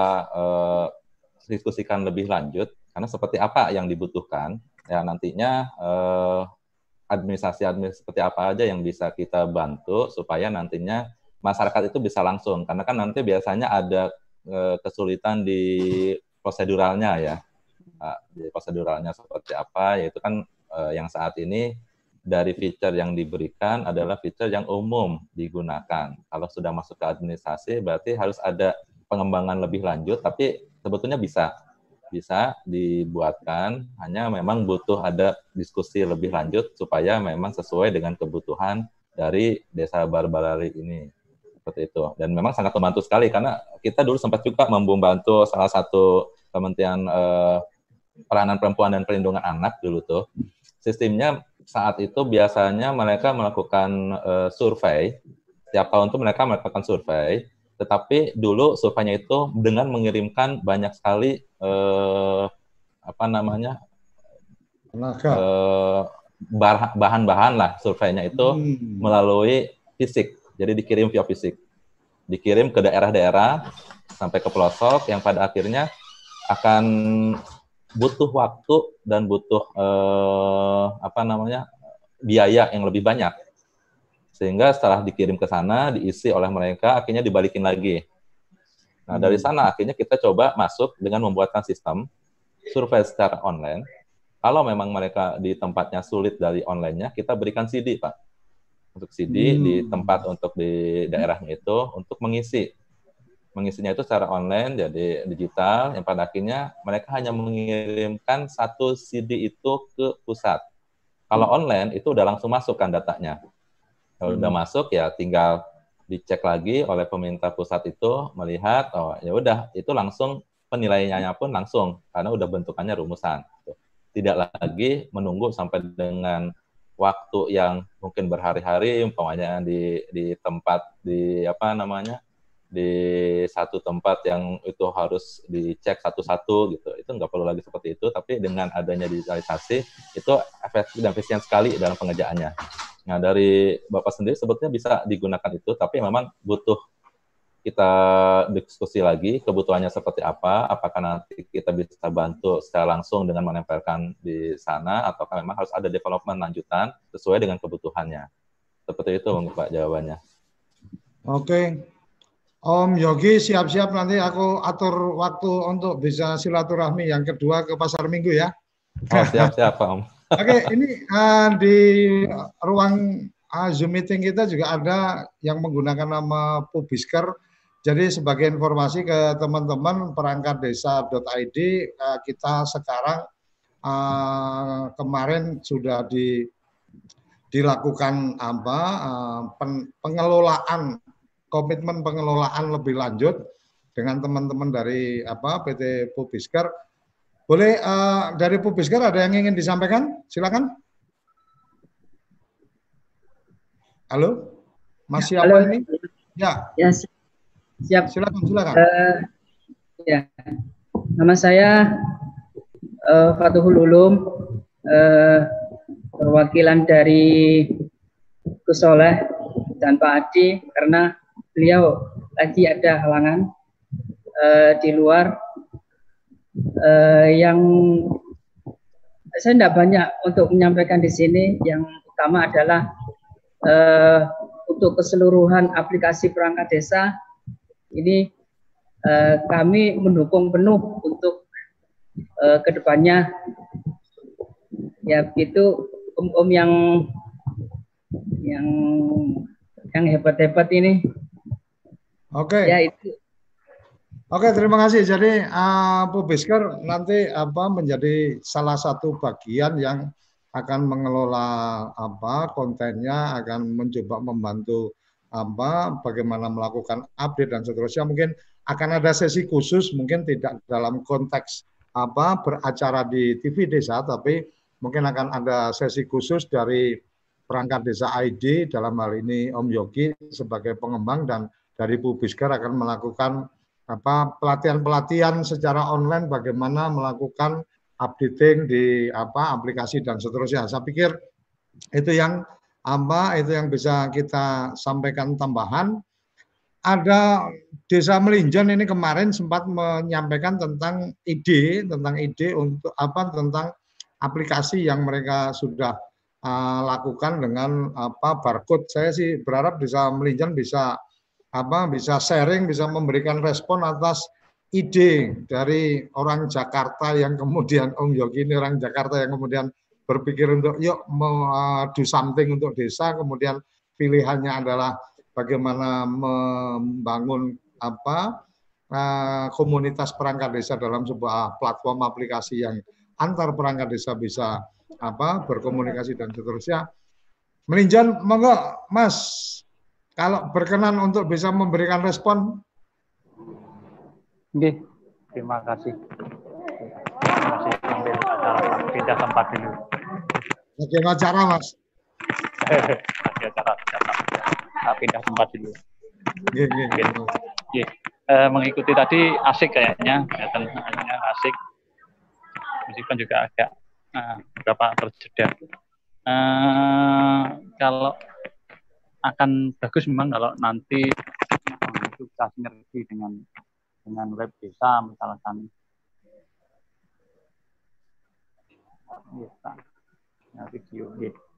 diskusikan lebih lanjut, karena seperti apa yang dibutuhkan, ya nantinya administrasi seperti apa aja yang bisa kita bantu supaya nantinya masyarakat itu bisa langsung, karena kan nanti biasanya ada kesulitan di proseduralnya ya, di proseduralnya seperti apa, yaitu kan yang saat ini dari feature yang diberikan adalah feature yang umum digunakan. Kalau sudah masuk ke administrasi berarti harus ada pengembangan lebih lanjut, tapi sebetulnya bisa dibuatkan, hanya memang butuh ada diskusi lebih lanjut supaya memang sesuai dengan kebutuhan dari Desa Barbarali ini. Seperti itu. Dan memang sangat membantu sekali, karena kita dulu sempat juga membantu salah satu kementerian peranan perempuan dan perlindungan anak dulu tuh. Sistemnya saat itu biasanya mereka melakukan survei, setiap tahun tuh mereka melakukan survei, tetapi dulu surveinya itu dengan mengirimkan banyak sekali bahan-bahan lah surveinya itu melalui fisik. Jadi dikirim via fisik, dikirim ke daerah-daerah sampai ke pelosok, yang pada akhirnya akan butuh waktu dan butuh biaya yang lebih banyak, sehingga setelah dikirim ke sana diisi oleh mereka, akhirnya dibalikin lagi. Nah dari sana akhirnya kita coba masuk dengan membuatkan sistem survei secara online. Kalau memang mereka di tempatnya sulit dari online-nya, kita berikan CD, Pak. Untuk CD di tempat untuk di daerahnya itu untuk mengisinya itu secara online, jadi digital, yang pada akhirnya mereka hanya mengirimkan satu CD itu ke pusat. Kalau online itu udah langsung masuk kan datanya. Kalau udah masuk ya tinggal dicek lagi oleh pemerintah pusat itu, melihat oh ya udah itu langsung penilaiannya pun langsung karena udah bentukannya rumusan. Tidak lagi menunggu sampai dengan waktu yang mungkin berhari-hari, umpamanya di tempat di satu tempat yang itu harus dicek satu-satu gitu. Itu nggak perlu lagi seperti itu, tapi dengan adanya digitalisasi itu efektif dan efisien sekali dalam pengerjaannya. Nah dari Bapak sendiri sebetulnya bisa digunakan itu, tapi memang butuh kita diskusi lagi kebutuhannya seperti apa, apakah nanti kita bisa bantu secara langsung dengan menempelkan di sana, ataukah memang harus ada development lanjutan sesuai dengan kebutuhannya. Seperti itu Pak jawabannya. Oke. Om Yogi siap-siap, nanti aku atur waktu untuk bisa silaturahmi yang kedua ke Pasar Minggu ya. Oh siap-siap Pak Om. Oke, ini di ruang Zoom meeting kita juga ada yang menggunakan nama Pubisker. Jadi sebagai informasi ke teman-teman perangkat desa.id, kita sekarang kemarin sudah dilakukan pengelolaan, komitmen pengelolaan lebih lanjut dengan teman-teman dari PT Pubisker. Boleh dari Pubisker ada yang ingin disampaikan? Silakan. Halo, Mas siapa halo. ini? Ya. Ya, siap. Silakan. Ya, nama saya Fatuhul Ulum, perwakilan dari Gus Soleh dan Pak Adi, karena beliau lagi ada halangan di luar yang saya tidak banyak untuk menyampaikan di sini. Yang utama adalah untuk keseluruhan aplikasi perangkat desa ini kami mendukung penuh untuk kedepannya. Ya itu om yang hebat-hebat ini. Oke. Ya itu. Oke, terima kasih. Jadi Pubisker nanti menjadi salah satu bagian yang akan mengelola kontennya, akan mencoba membantu bagaimana melakukan update dan seterusnya. Mungkin akan ada sesi khusus, mungkin tidak dalam konteks beracara di TV Desa, tapi mungkin akan ada sesi khusus dari perangkat desa ID, dalam hal ini Om Yogi sebagai pengembang, dan dari Pubisker akan melakukan pelatihan-pelatihan secara online bagaimana melakukan updating di aplikasi dan seterusnya. Saya pikir itu yang bisa kita sampaikan tambahan. Ada Desa Melinjon ini kemarin sempat menyampaikan tentang ide untuk tentang aplikasi yang mereka sudah lakukan dengan barcode. Saya sih berharap Desa Melinjon bisa sharing, bisa memberikan respon atas ide dari orang Jakarta yang kemudian Om Yogi ini orang Jakarta yang kemudian berpikir untuk yuk do something untuk desa, kemudian pilihannya adalah bagaimana membangun komunitas perangkat desa dalam sebuah platform aplikasi yang antar perangkat desa bisa berkomunikasi dan seterusnya. Melinjon, monggo Mas, kalau berkenan untuk bisa memberikan respon. Oke, terima kasih. Masih sambil acara pindah tempat dulu. Bagaimana cara, Mas? Masih acara pindah tempat dulu. Mengikuti tadi asik kayaknya, asik. Meskipun juga agak beberapa terjeda. Kalau akan bagus memang kalau nanti itu bisa sinergi dengan web desa misalkan. Video.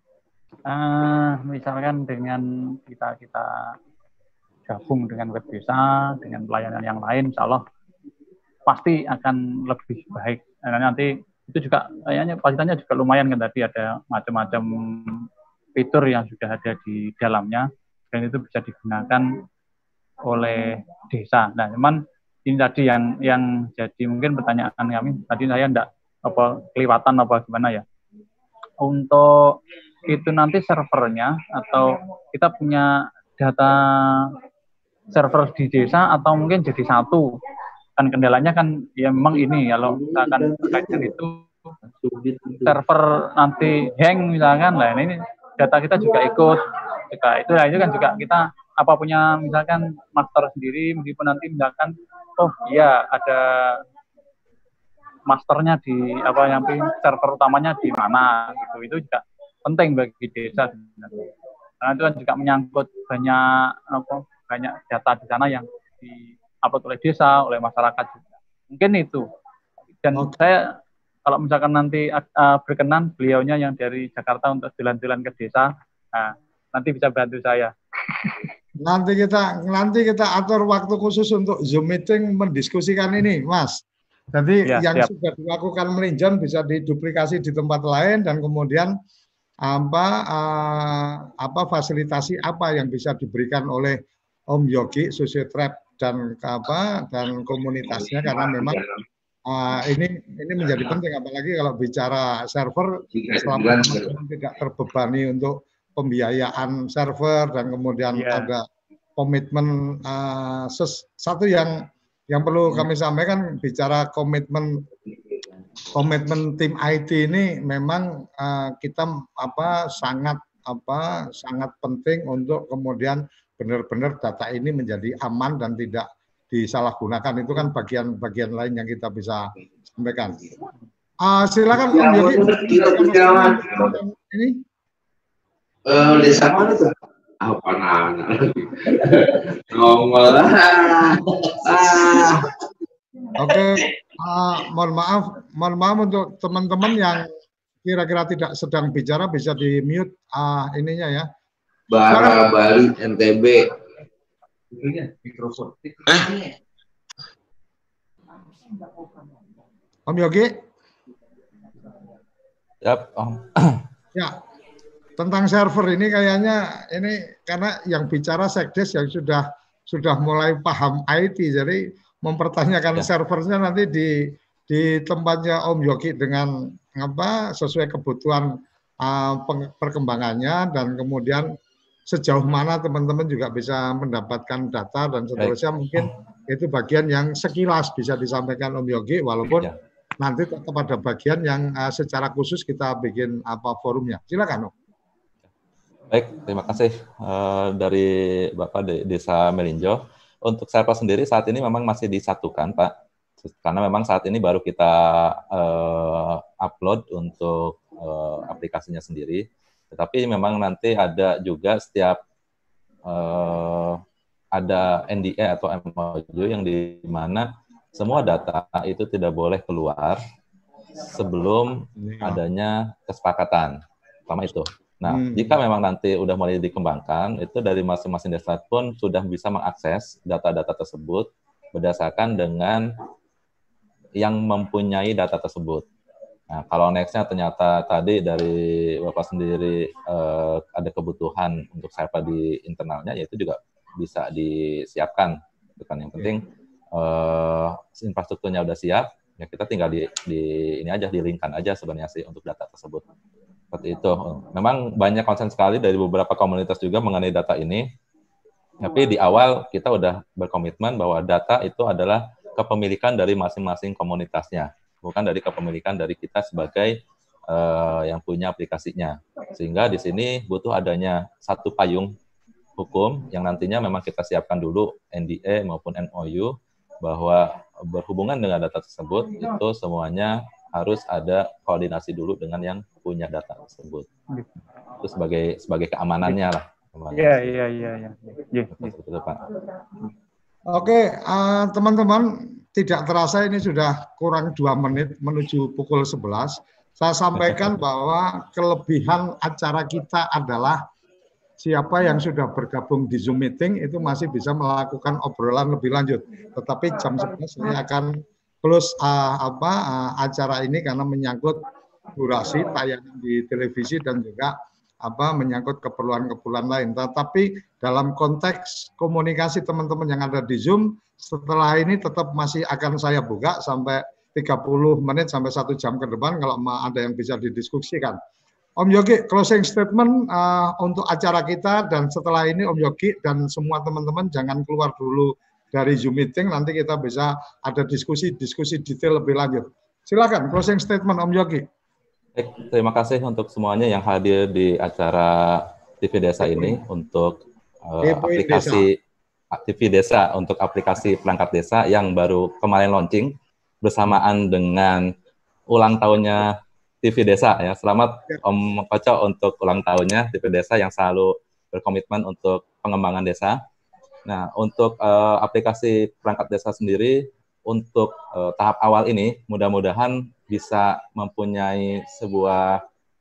Misalkan dengan kita gabung dengan web desa, dengan pelayanan yang lain, insya Allah pasti akan lebih baik. Nanti itu juga kayaknya fasilitasnya juga lumayan kan, tadi ada macam-macam fitur yang sudah ada di dalamnya dan itu bisa digunakan oleh desa. Nah, cuman ini tadi yang jadi mungkin pertanyaan kami tadi, saya enggak kelewatan gimana ya. Untuk itu nanti servernya atau kita punya data server di desa atau mungkin jadi satu. Kan kendalanya kan ya memang ini kalau misalkan terkait itu server nanti hang misalkan lah, ini data kita juga ikut itu kan juga kita punya misalkan master sendiri, meskipun nanti misalkan iya ada masternya di yang server utamanya di mana gitu, itu juga penting bagi desa sebenarnya. Karena itu kan juga menyangkut banyak data di sana yang diupload oleh desa, oleh masyarakat juga. Mungkin itu. Dan saya kalau misalkan nanti berkenan beliaunya yang dari Jakarta untuk jalan-jalan ke desa, nanti bisa bantu saya. Nanti kita atur waktu khusus untuk Zoom meeting mendiskusikan ini, Mas. Jadi ya, yang siap. Sudah dilakukan Melinjon bisa diduplikasi di tempat lain, dan kemudian fasilitasi apa yang bisa diberikan oleh Om Yogi, Sosietrap dan komunitasnya, karena memang ini menjadi penting, apalagi kalau bicara server, selama tidak terbebani untuk pembiayaan server, dan kemudian ada komitmen satu yang perlu kami sampaikan, bicara komitmen tim IT ini memang kita sangat penting untuk kemudian benar-benar data ini menjadi aman dan tidak disalahgunakan. Itu kan bagian lain yang kita bisa sampaikan. Silakan Om Yogi. Ini desa mana tuh? Apa nana? Ngomong lah. Oke, mohon maaf untuk teman-teman yang kira-kira tidak sedang bicara bisa di mute ininya ya. Bara Bali NTB. Mikrofon. Om Yogi? Yap, Om. Ya, tentang server ini kayaknya ini karena yang bicara sekdes yang sudah mulai paham IT, jadi mempertanyakan servernya nanti di tempatnya Om Yogi dengan apa sesuai kebutuhan perkembangannya dan kemudian sejauh mana teman-teman juga bisa mendapatkan data dan seterusnya. Mungkin itu bagian yang sekilas bisa disampaikan Om Yogi, walaupun nanti tetap ada bagian yang secara khusus kita bikin forumnya. Silakan Om. Baik, terima kasih dari Bapak Desa Melinjo. Untuk server sendiri saat ini memang masih disatukan, Pak, karena memang saat ini baru kita upload untuk aplikasinya sendiri. Tetapi memang nanti ada juga setiap ada NDA atau MOU yang di mana semua data itu tidak boleh keluar sebelum adanya kesepakatan. Pertama itu. Nah, jika memang nanti udah mulai dikembangkan, itu dari masing-masing desa pun sudah bisa mengakses data-data tersebut berdasarkan dengan yang mempunyai data tersebut. Nah, kalau next-nya ternyata tadi dari Bapak sendiri ada kebutuhan untuk server di internalnya, ya itu juga bisa disiapkan. Bukan yang penting infrastrukturnya udah siap, ya kita tinggal di ini aja, di-link-kan aja sebenarnya sih untuk data tersebut. Seperti itu. Memang banyak konsen sekali dari beberapa komunitas juga mengenai data ini. Tapi di awal kita udah berkomitmen bahwa data itu adalah kepemilikan dari masing-masing komunitasnya, bukan dari kepemilikan dari kita sebagai yang punya aplikasinya. Sehingga di sini butuh adanya satu payung hukum yang nantinya memang kita siapkan dulu NDA maupun MOU bahwa berhubungan dengan data tersebut itu semuanya harus ada koordinasi dulu dengan yang punya data tersebut. Itu sebagai keamanannya lah. Iya. Betul, Pak. Oke, teman-teman, tidak terasa ini sudah kurang 2 menit menuju pukul 11. Saya sampaikan bahwa kelebihan acara kita adalah siapa yang sudah bergabung di Zoom meeting itu masih bisa melakukan obrolan lebih lanjut. Tetapi jam 11 saya akan close acara ini karena menyangkut durasi tayangan di televisi dan juga menyangkut keperluan-keperluan lain. Tetapi dalam konteks komunikasi teman-teman yang ada di Zoom, setelah ini tetap masih akan saya buka sampai 30 menit sampai 1 jam ke depan kalau ada yang bisa didiskusikan. Om Yogi, closing statement untuk acara kita, dan setelah ini Om Yogi dan semua teman-teman jangan keluar dulu dari Zoom meeting, nanti kita bisa ada diskusi detail lebih lanjut. Silakan, closing statement Om Yogi. Baik, terima kasih untuk semuanya yang hadir di acara TV Desa ini untuk aplikasi TV Desa untuk aplikasi perangkat desa yang baru kemarin launching bersamaan dengan ulang tahunnya TV Desa ya. Selamat Om Koco untuk ulang tahunnya TV Desa yang selalu berkomitmen untuk pengembangan desa. Nah, untuk aplikasi perangkat desa sendiri untuk tahap awal ini mudah-mudahan bisa mempunyai sebuah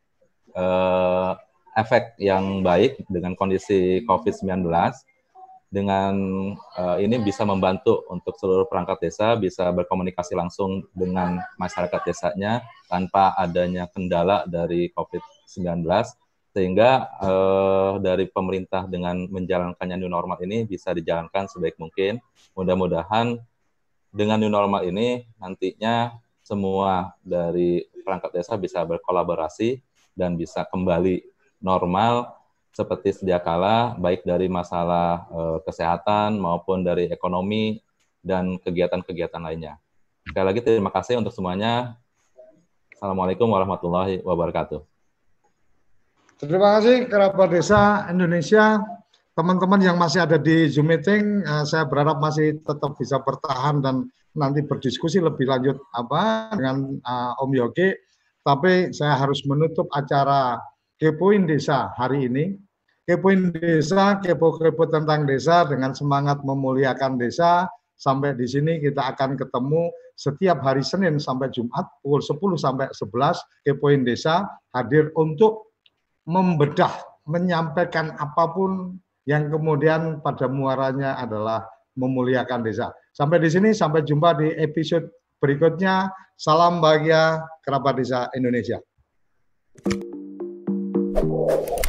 efek yang baik dengan kondisi COVID-19. Dengan ini bisa membantu untuk seluruh perangkat desa bisa berkomunikasi langsung dengan masyarakat desanya tanpa adanya kendala dari COVID-19, sehingga dari pemerintah dengan menjalankannya new normal ini bisa dijalankan sebaik mungkin. Mudah-mudahan dengan new normal ini nantinya semua dari perangkat desa bisa berkolaborasi dan bisa kembali normal seperti sedia kala, baik dari masalah kesehatan maupun dari ekonomi dan kegiatan-kegiatan lainnya. Sekali lagi terima kasih untuk semuanya. Assalamualaikum warahmatullahi wabarakatuh. Terima kasih kerabat desa Indonesia. Teman-teman yang masih ada di Zoom meeting, saya berharap masih tetap bisa bertahan dan nanti berdiskusi lebih lanjut dengan Om Yogi. Tapi saya harus menutup acara Kepoin Desa hari ini. Kepoin Desa, kepo-kepo tentang desa dengan semangat memuliakan desa. Sampai di sini kita akan ketemu setiap hari Senin sampai Jumat pukul 10 sampai 11 Kepoin Desa hadir untuk membedah, menyampaikan apapun yang kemudian pada muaranya adalah memuliakan desa. Sampai di sini, sampai jumpa di episode berikutnya. Salam bahagia kerabat desa Indonesia.